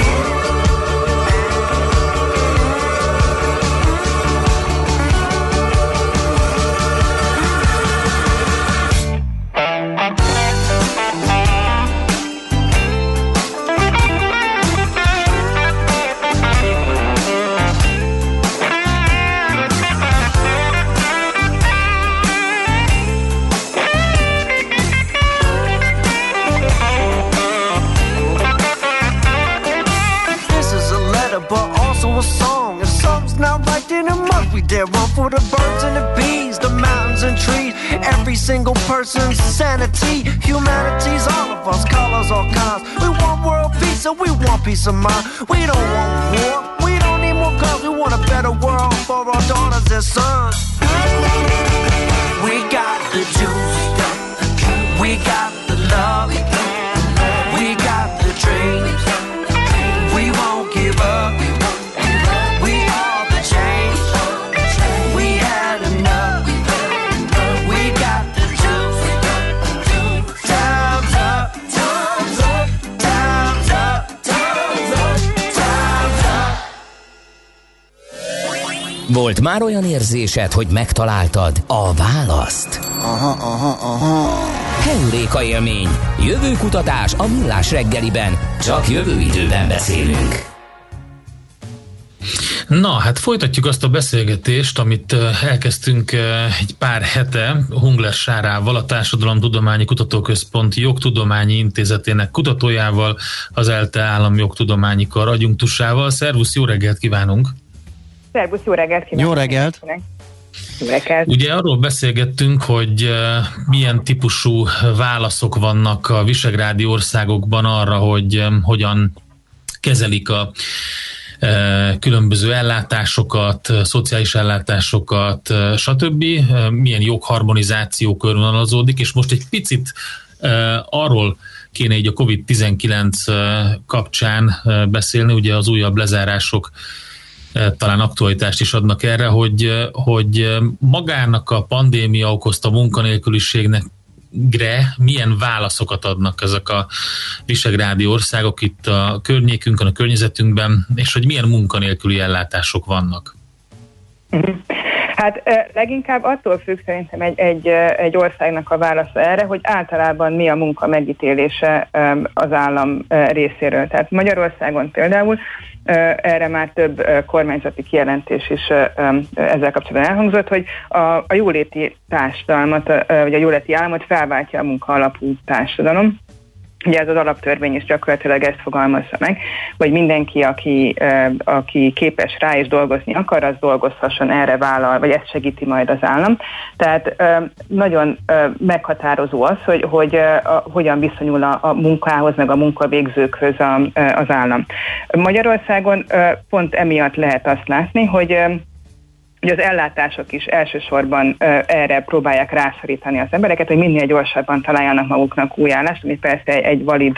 But also a song. If something's not right, then it must be dead wrong for the birds and the bees. every single person's sanity. Humanity's all of us, colors or kinds. We want world peace, so we want peace of mind. We don't want war, we don't need more guns. We want a better world for our daughters and sons. We got the juice, we got the love, we got the dreams. We won't give up. We are the change. We had enough. We got the juice. Time's up. Time's up. Time's up. Time's up. Time's up. Volt már olyan érzésed, hogy megtaláltad a választ? Aha. Heuréka élmény. Jövőkutatás a Millás reggeliben. Csak jövő időben beszélünk. Na, hát folytatjuk azt a beszélgetést, amit elkezdtünk egy pár hete Hungler Sárával, a Társadalomtudományi Kutatóközpont Jogtudományi Intézetének kutatójával, az ELTE Állami Jogtudományi Kar adjunktusával. Szervusz, jó reggelt kívánunk! Szervusz, jó reggelt kívánok! Jó reggelt! Ugye arról beszélgettünk, hogy milyen típusú válaszok vannak a visegrádi országokban arra, hogy hogyan kezelik a különböző ellátásokat, szociális ellátásokat, stb. Milyen jogharmonizáció körvonalazódik, és most egy picit arról kéne így a COVID-19 kapcsán beszélni, ugye az újabb lezárások talán aktualitást is adnak erre, hogy magának a pandémia okozta munkanélküliségnek milyen válaszokat adnak ezek a visegrádi országok itt a környékünkön, a környezetünkben, és hogy milyen munkanélküli ellátások vannak? Hát leginkább attól függ szerintem egy országnak a válasza erre, hogy általában mi a munka megítélése az állam részéről. Tehát Magyarországon például erre már több kormányzati kijelentés is ezzel kapcsolatban elhangzott, hogy a jóléti társadalmat, vagy a jóléti államot felváltja a munka alapú társadalom. Ugye ez az alaptörvény is gyakorlatilag ezt fogalmazza meg, hogy mindenki, aki képes rá és dolgozni akar, az dolgozhasson, erre vállal, vagy ezt segíti majd az állam. Tehát nagyon meghatározó az, hogy hogyan viszonyul a munkához, meg a munkavégzőkhöz az állam. Magyarországon pont emiatt lehet azt látni, hogy az ellátások is elsősorban erre próbálják rászorítani az embereket, hogy minél gyorsabban találjanak maguknak új állást, ami persze egy valid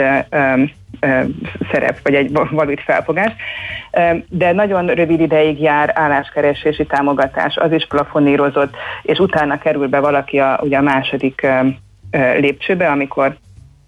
szerep, vagy egy valid felfogás, de nagyon rövid ideig jár álláskeresési támogatás, az is plafonírozott, és utána kerül be valaki ugye a második lépcsőbe, amikor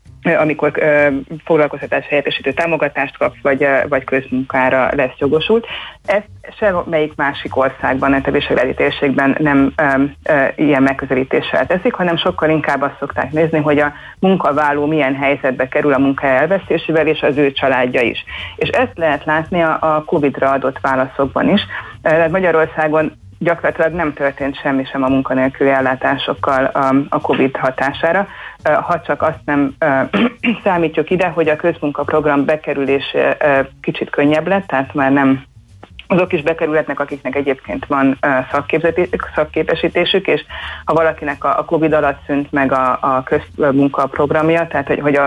foglalkoztatás helyettesítő támogatást kap, vagy közmunkára lesz jogosult. Ezt semmelyik másik országban, a visegrádi térségben nem ilyen megközelítéssel teszik, hanem sokkal inkább azt szokták nézni, hogy a munkavállaló milyen helyzetbe kerül a munka elvesztésével, és az ő családja is. És ezt lehet látni a Covid-ra adott válaszokban is. Magyarországon gyakorlatilag nem történt semmi sem a munkanélküli ellátásokkal a Covid hatására, ha csak azt nem számítjuk ide, hogy a közmunkaprogram bekerülése kicsit könnyebb lett, tehát már nem azok is bekerülhetnek, akiknek egyébként van szakképesítésük, és ha valakinek a Covid alatt szűnt meg a közmunkaprogramja, tehát hogy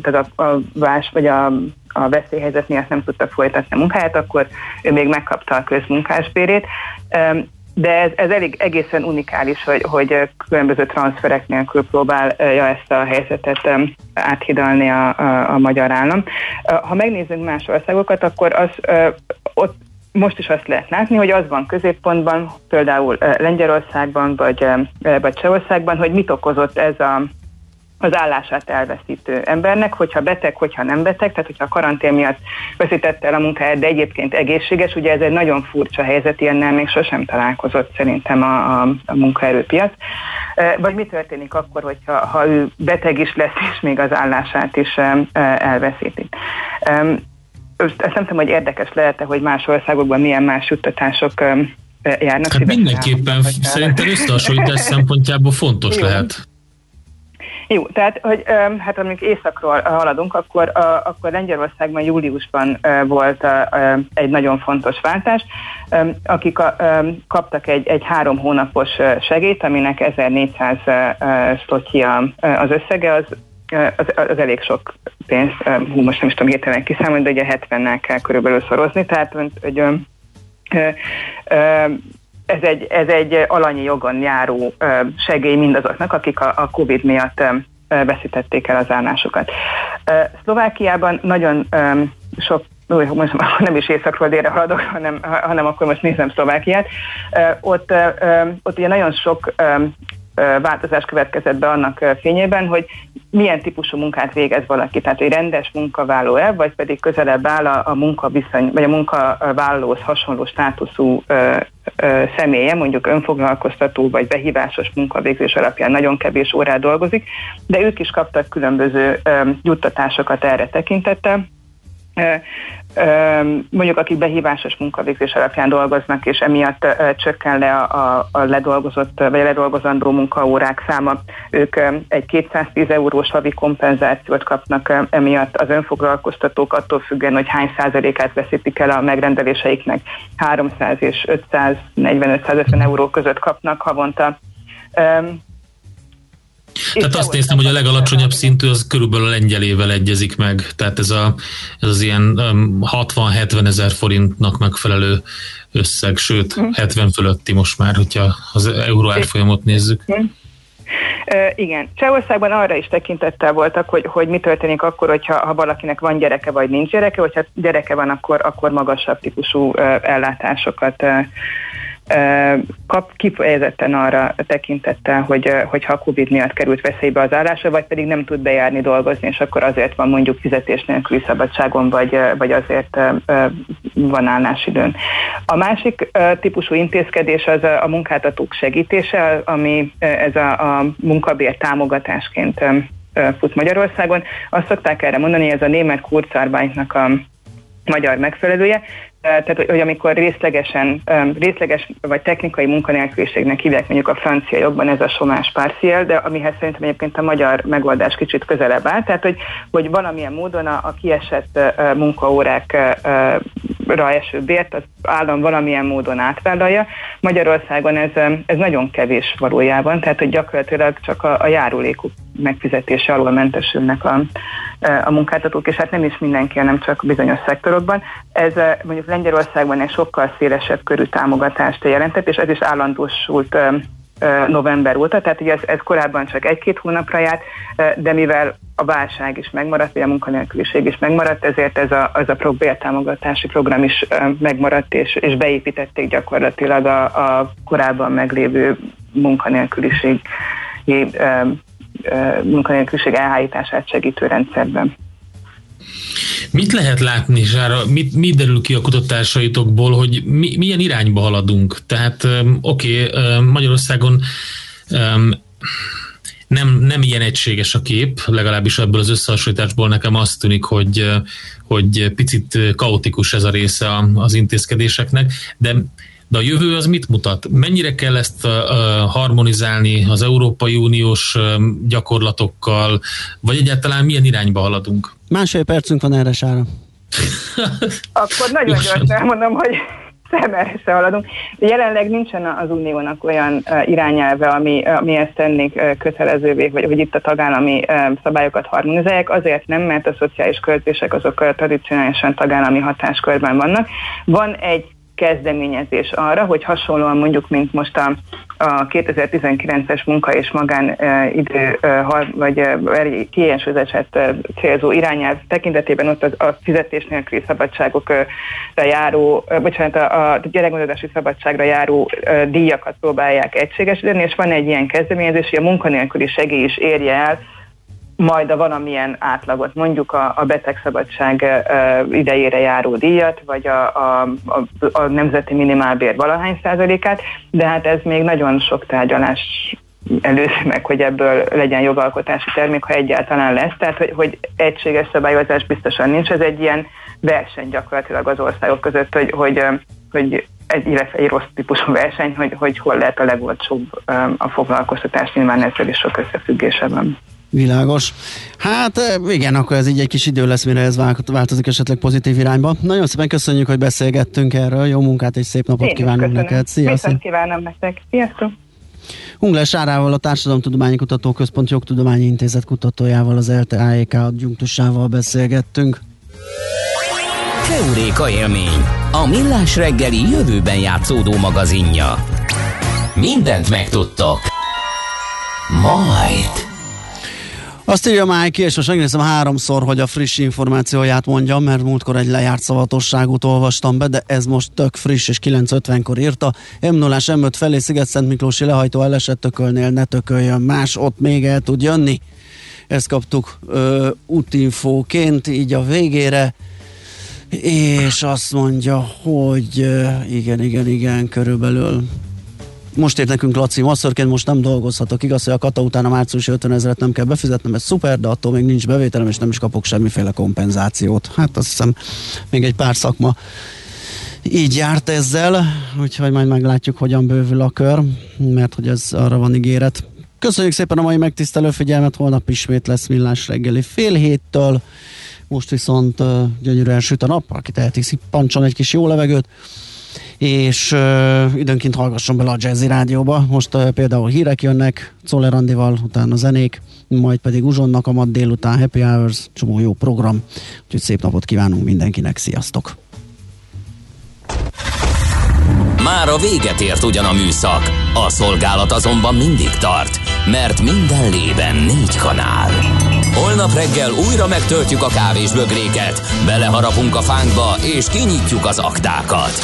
a veszélyhelyzet miatt nem tudta folytatni a munkáját, akkor ő még megkapta a közmunkásbérét. De ez egészen unikális, hogy különböző transferek nélkül próbálja ezt a helyzetet áthidalni a magyar állam. Ha megnézzünk más országokat, akkor ott most is azt lehet látni, hogy az van középpontban, például Lengyelországban vagy Csehországban, hogy mit okozott ez az állását elveszítő embernek, hogyha beteg, hogyha nem beteg, tehát hogyha a karantén miatt veszítette el a munkáját, de egyébként egészséges, ugye ez egy nagyon furcsa helyzet, ilyennel még sosem találkozott szerintem a munkaerőpiac. Vagy mi történik akkor, hogyha ő beteg is lesz, és még az állását is elveszíti. Ezt nem tudom, hogy érdekes lehet-e, hogy más országokban milyen más juttatások járnak. Hát mindenképpen szerintem összehasonlítás szempontjából fontos lehet. Jó, tehát, hogy hát amikor északról haladunk, akkor Lengyelországban júliusban volt egy nagyon fontos váltás, akik kaptak egy 3 hónapos segélyt, aminek 1400 zloty az összege, az elég sok pénz, most nem is tudom hirtelen kiszámolni, de ugye 70-nel kell körülbelül szorozni, tehát hogy ez egy alanyi jogon járó segély mindazoknak, akik a Covid miatt veszítették el az állásukat. Szlovákiában nagyon sok, most nem is északról délre haladok, hanem akkor most nézem Szlovákiát. Ott ugye nagyon sok változás következett be annak fényében, hogy milyen típusú munkát végez valaki, tehát egy rendes munkavállaló-e, vagy pedig közelebb áll a munkaviszony, vagy a munkavállalóhoz hasonló státuszú személye, mondjuk önfoglalkoztató, vagy behívásos munkavégzés alapján nagyon kevés órát dolgozik, de ők is kaptak különböző juttatásokat erre tekintettel. Mondjuk akik behívásos munkavégzés alapján dolgoznak, és emiatt csökken le a ledolgozott, vagy a ledolgozandó munkaórák száma, ők egy 210 eurós havi kompenzációt kapnak emiatt. Az önfoglalkoztatók attól függően, hogy hány százalékát veszítik el a megrendeléseiknek, 300 és 540-550 euró között kapnak havonta. Tehát azt néztem, hogy a legalacsonyabb szintű az körülbelül a lengyelével egyezik meg, tehát ez az ilyen 60-70 ezer forintnak megfelelő összeg, sőt 70 fölötti most már, hogyha az euró árfolyamot nézzük. Igen. Csehországban arra is tekintettel voltak, hogy mi történik akkor, hogyha valakinek van gyereke, vagy nincs gyereke, hogyha gyereke van, akkor magasabb típusú ellátásokat kap, kifejezetten arra tekintettel, hogyha a Covid miatt került veszélybe az állása, vagy pedig nem tud bejárni dolgozni, és akkor azért van mondjuk fizetés nélküli szabadságon, vagy azért van állásidőn. A másik típusú intézkedés az a munkáltatók segítése, ami ez a munkabér támogatásként fut Magyarországon. Azt szokták erre mondani, ez a német Kurzarbeitnak a magyar megfelelője, tehát hogy amikor részleges vagy technikai munkanélküliségnek hívják mondjuk a francia jogban, ez a chômage partiel, de amihez szerintem egyébként a magyar megoldás kicsit közelebb áll, tehát hogy valamilyen módon a kiesett munkaórákra eső bért az állam valamilyen módon átvállalja. Magyarországon ez nagyon kevés valójában, tehát hogy gyakorlatilag csak a járulékuk megfizetése alól mentesülnek a munkáltatók, és hát nem is mindenki, hanem csak bizonyos szektorokban. Ez mondjuk Lengyelországban egy sokkal szélesebb körű támogatást jelentett, és ez is állandósult november óta, tehát ugye ez korábban csak 1-2 hónapra járt, de mivel a válság is megmaradt, vagy a munkanélküliség is megmaradt, ezért ez a bértámogatási program is megmaradt, és beépítették gyakorlatilag a korábban meglévő munkanélküliség elhárítását segítő rendszerben. Mit lehet látni, Zsára, mi derül ki a kutatásaitokból, hogy milyen irányba haladunk? Tehát Magyarországon nem ilyen egységes a kép, legalábbis ebből az összehasonlításból nekem azt tűnik, hogy picit kaotikus ez a része az intézkedéseknek, de a jövő az mit mutat? Mennyire kell ezt harmonizálni az Európai Uniós gyakorlatokkal, vagy egyáltalán milyen irányba haladunk? 1,5 percünk van erre, Sára. Akkor nagyon gyorsan elmondom, hogy erre se haladunk. Jelenleg nincsen az Uniónak olyan irányelve, ami ezt tennék kötelezővé, hogy itt a tagállami szabályokat harmonizálják. Azért nem, mert a szociális költések azok tradicionálisan tagállami hatáskörben vannak. Van egy kezdeményezés arra, hogy hasonlóan mondjuk, mint most a 2019-es munka és magán idő, vagy kiegyensúlyozását célzó irányelv tekintetében ott a fizetés nélküli szabadságokra járó, a gyerekgondozási szabadságra járó díjakat próbálják egységesíteni, és van egy ilyen kezdeményezés, hogy a munkanélküli segély is érje el majd a valamilyen átlagot, mondjuk a betegszabadság idejére járó díjat, vagy a nemzeti minimálbér valahány százalékát, de hát ez még nagyon sok tárgyalás előzi meg, hogy ebből legyen jogalkotási termék, ha egyáltalán lesz. Tehát, hogy egységes szabályozás biztosan nincs, ez egy ilyen verseny gyakorlatilag az országok között, hogy egy rossz típusú verseny, hogy hol lehet a legolcsóbb a foglalkoztatás, nyilván ezzel is sok összefüggése van. Világos. Hát igen, akkor ez így egy kis idő lesz, mire ez változik esetleg pozitív irányba. Nagyon szépen köszönjük, hogy beszélgettünk erről. Jó munkát és szép napot kívánunk neked. Viszont kívánom nektek. Sziasztok! Ungler Sárával, a Társadalomtudományi Kutatóközpont Jogtudományi Intézet kutatójával, az ELTE AEK adjunktusával beszélgettünk. Heuréka élmény, a Millás reggeli jövőben játszódó magazinja. Mindent megtudtok. Majd. Azt írja Májki, és most megnézem 3-szor, hogy a friss információját mondjam, mert múltkor egy lejárt szavatosságot olvastam be, de ez most tök friss, és 9:50-kor írta. M0-ás M5 felé Sziget-Szent Miklósi lehajtó elesett, Tökölnél ne tököljön más, ott még el tud jönni. Ezt kaptuk útinfóként így a végére, és azt mondja, hogy igen, körülbelül. Most írt nekünk Laci, masszörként most nem dolgozhatok. Igaz, hogy a kata után a márciusi 50 000 nem kell befizetnem, ez szuper, de attól még nincs bevételem, és nem is kapok semmiféle kompenzációt. Hát azt hiszem, még egy pár szakma így járt ezzel, úgyhogy majd meglátjuk, hogyan bővül a kör, mert hogy ez arra van ígéret. Köszönjük szépen a mai megtisztelő figyelmet, holnap ismét lesz Millás reggeli 6:30-től. Most viszont gyönyörűen süt a nap, aki teheti, szippantson egy kis jó levegőt, és időnként hallgasson bele a Jazzy Rádióba. Most például hírek jönnek Czoller Andival, utána zenék, majd pedig Uzsonnak a ma délután Happy Hours, csomó jó program, úgyhogy szép napot kívánunk mindenkinek, sziasztok! Már a véget ért ugyan a műszak, a szolgálat azonban mindig tart, mert minden lében 4 kanál. Holnap reggel újra megtöltjük a kávésbögréket, beleharapunk a fánkba és kinyitjuk az aktákat.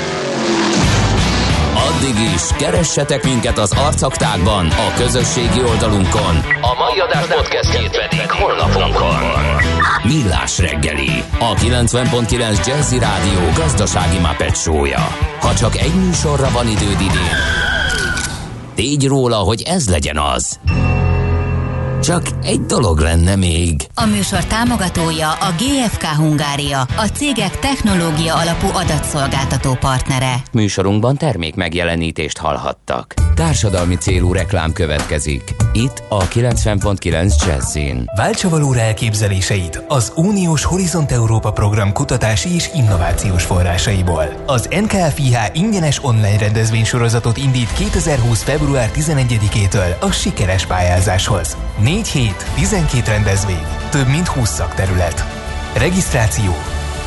Addig is keressetek minket az arcaktákban, a közösségi oldalunkon, a mai adás podcastjét pedig honlapunkon. Millás reggeli, a 90.9 Jazzy Rádió gazdasági Muppet show-ja. Ha csak egy műsorra van időd idén, tégy róla, hogy ez legyen az. Csak egy dolog lenne még. A műsor támogatója a GFK Hungária, a cégek technológia alapú adatszolgáltató partnere. Műsorunkban termék megjelenítést hallhattak. Társadalmi célú reklám következik. Itt a 90.9 Jazzin. Váltsa valóra elképzeléseit az Uniós Horizont Európa program kutatási és innovációs forrásaiból. Az NKFIH ingyenes online rendezvénysorozatot indít 2020. február 11-től a sikeres pályázáshoz. 4 hét, 12 rendezvény, több mint 20 szakterület. Regisztráció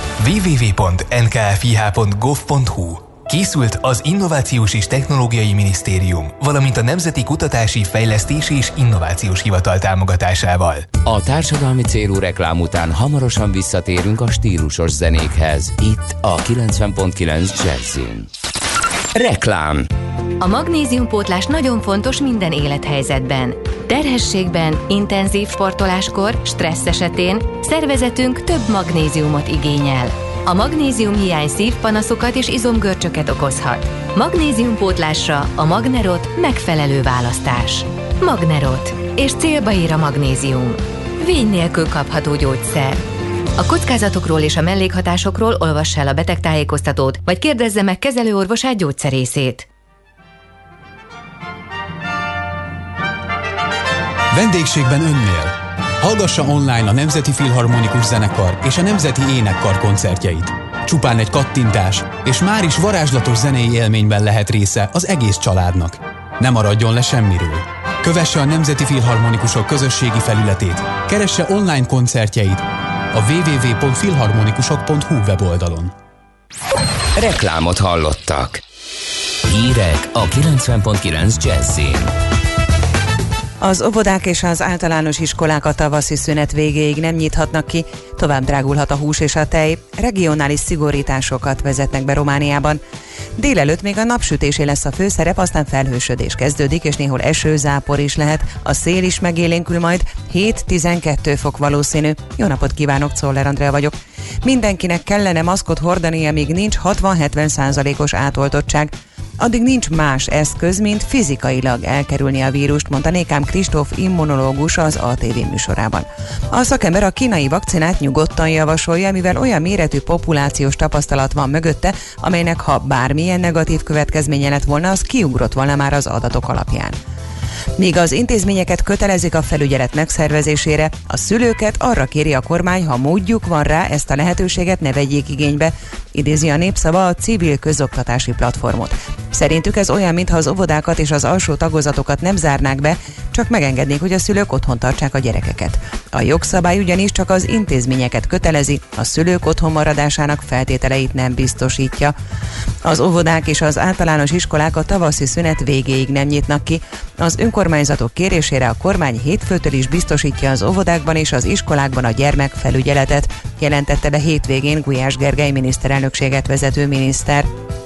www.nkfih.gov.hu. Készült az Innovációs és Technológiai Minisztérium, valamint a Nemzeti Kutatási, Fejlesztési és Innovációs Hivatal támogatásával. A társadalmi célú reklám után hamarosan visszatérünk a stílusos zenékhez. Itt a 90.9 Jazzin. Reklám. A magnéziumpótlás nagyon fontos minden élethelyzetben. Terhességben, intenzív sportoláskor, stressz esetén szervezetünk több magnéziumot igényel. A magnéziumhiány szívpanaszokat és izomgörcsöket okozhat. Magnéziumpótlásra a Magnerot megfelelő választás. Magnerot. És célba ér a magnézium. Vény nélkül kapható gyógyszer. A kockázatokról és a mellékhatásokról olvass el a betegtájékoztatót, vagy kérdezze meg kezelőorvosát, gyógyszerészét. Vendégségben önnél. Hallgassa online a Nemzeti Filharmonikus Zenekar és a Nemzeti Énekkar koncertjeit. Csupán egy kattintás, és már is varázslatos zenei élményben lehet része az egész családnak. Ne maradjon le semmiről. Kövesse a Nemzeti Filharmonikusok közösségi felületét, keresse online koncertjeit a www.filharmonikusok.hu weboldalon. Reklámot hallottak. Hírek a 90.9 Jazzin. Az óvodák és az általános iskolák a tavaszi szünet végéig nem nyithatnak ki, tovább drágulhat a hús és a tej, regionális szigorításokat vezetnek be Romániában. Délelőtt még a napsütésé lesz a főszerep, aztán felhősödés kezdődik, és néhol esőzápor is lehet, a szél is megélénkül majd, 7-12 fok valószínű. Jó napot kívánok, Czoller Andrea vagyok. Mindenkinek kellene maszkot hordania, míg nincs 60-70%-os átoltottság. Addig nincs más eszköz, mint fizikailag elkerülni a vírust, mondta Nékám Kristóf immunológus az ATV műsorában. A szakember a kínai vakcinát nyugodtan javasolja, mivel olyan méretű populációs tapasztalat van mögötte, amelynek ha bármilyen negatív következménye lett volna, az kiugrott volna már az adatok alapján. Míg az intézményeket kötelezik a felügyelet megszervezésére, a szülőket arra kéri a kormány, ha módjuk van rá, ezt a lehetőséget ne vegyék igénybe, idézi a Népszava a Civil Közoktatási Platformot. Szerintük ez olyan, mintha az óvodákat és az alsó tagozatokat nem zárnák be, csak megengednék, hogy a szülők otthon tartsák a gyerekeket. A jogszabály ugyanis csak az intézményeket kötelezi, a szülők otthon maradásának feltételeit nem biztosítja. Az óvodák és az általános iskolák a tavaszi szünet végéig nem nyitnak ki. Az önkormányzatok kérésére a kormány hétfőtől is biztosítja az óvodákban és az iskolákban a gyermekfelügyeletet, jelentette be hétvégén Gulyás Gergely miniszterelnökséget vezető miniszter.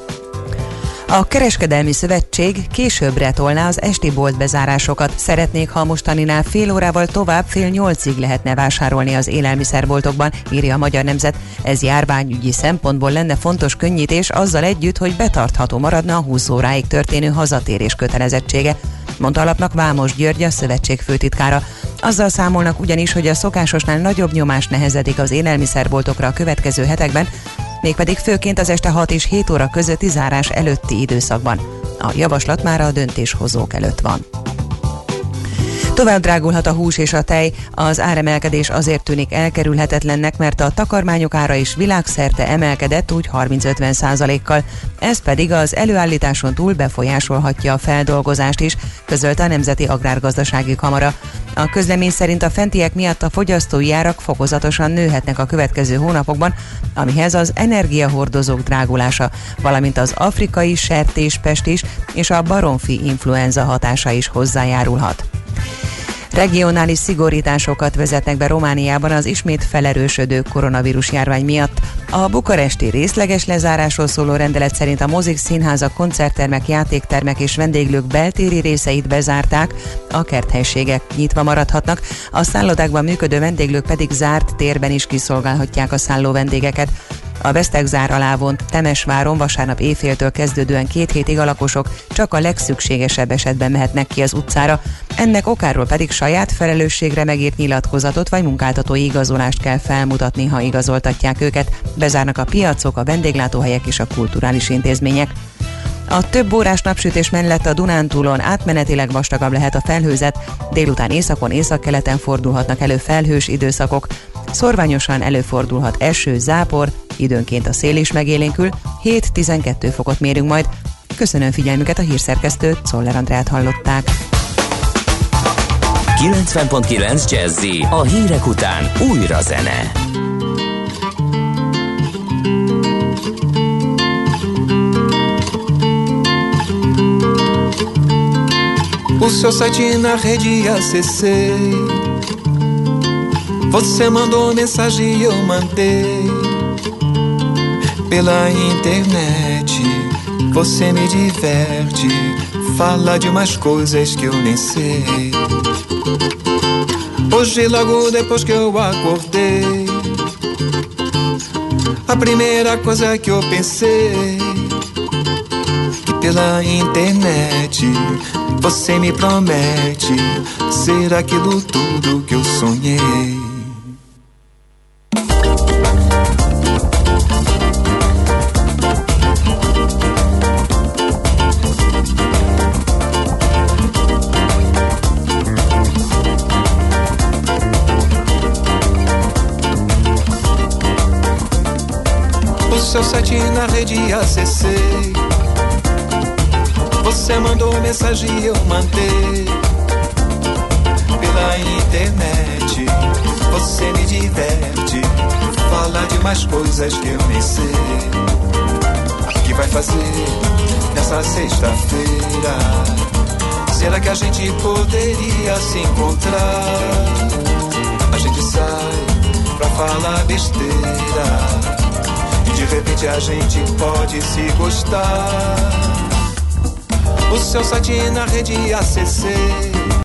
A Kereskedelmi Szövetség későbbre tolná az esti boltbezárásokat. Szeretnék, ha mostaninál fél órával tovább, 7:30-ig lehetne vásárolni az élelmiszerboltokban, írja a Magyar Nemzet. Ez járványügyi szempontból lenne fontos könnyítés, azzal együtt, hogy betartható maradna a 20 óráig történő hazatérés kötelezettsége, mondta alapnak Vámos György, a szövetség főtitkára. Azzal számolnak ugyanis, hogy a szokásosnál nagyobb nyomás nehezedik az élelmiszerboltokra a következő hetekben, mégpedig főként az este 6 és 7 óra közötti zárás előtti időszakban. A javaslat már a döntéshozók előtt van. Tovább drágulhat a hús és a tej, az áremelkedés azért tűnik elkerülhetetlennek, mert a takarmányok ára is világszerte emelkedett, úgy 30-50%-kal. Ez pedig az előállításon túl befolyásolhatja a feldolgozást is, közölte a Nemzeti Agrárgazdasági Kamara. A közlemény szerint a fentiek miatt a fogyasztói árak fokozatosan nőhetnek a következő hónapokban, amihez az energiahordozók drágulása, valamint az afrikai sertéspestis és a baromfi influenza hatása is hozzájárulhat. Regionális szigorításokat vezetnek be Romániában az ismét felerősödő koronavírus járvány miatt. A bukaresti részleges lezárásról szóló rendelet szerint a mozik, színházak, koncerttermek, játéktermek és vendéglők beltéri részeit bezárták, a kerthelyiségek nyitva maradhatnak, a szállodákban működő vendéglők pedig zárt térben is kiszolgálhatják a szálló vendégeket. A Vesztegzár alá vont Temesváron vasárnap éjféltől kezdődően 2 hétig a lakosok csak a legszükségesebb esetben mehetnek ki az utcára. Ennek okáról pedig saját felelősségre megírt nyilatkozatot vagy munkáltatói igazolást kell felmutatni, ha igazoltatják őket. Bezárnak a piacok, a vendéglátóhelyek és a kulturális intézmények. A több órás napsütés mellett a Dunántúlon átmenetileg vastagabb lehet a felhőzet, délután északon, északkeleten fordulhatnak elő felhős időszakok, szorványosan előfordulhat eső, zápor, időnként a szél is megélénkül, 7-12 fokot mérünk majd. Köszönöm figyelmüket, a hírszerkesztőt, Czoller Andrát hallották. 90.9 Jazzy, a hírek után újra zene. O seu site na rede acessei. Você mandou mensagem e eu mandei. Pela internet você me diverte, fala de umas coisas que eu nem sei. Hoje logo depois que eu acordei, a primeira coisa que eu pensei, que pela internet você me promete ser aquilo tudo que eu sonhei. O seu site na rede acessei. Você mandou mensagem e eu mandei. Pela internet você me diverte, fala de mais coisas que eu nem sei. O que vai fazer nessa sexta-feira? Será que a gente poderia se encontrar? A gente sai pra falar besteira e de repente a gente pode se gostar. O seu site na rede acessei.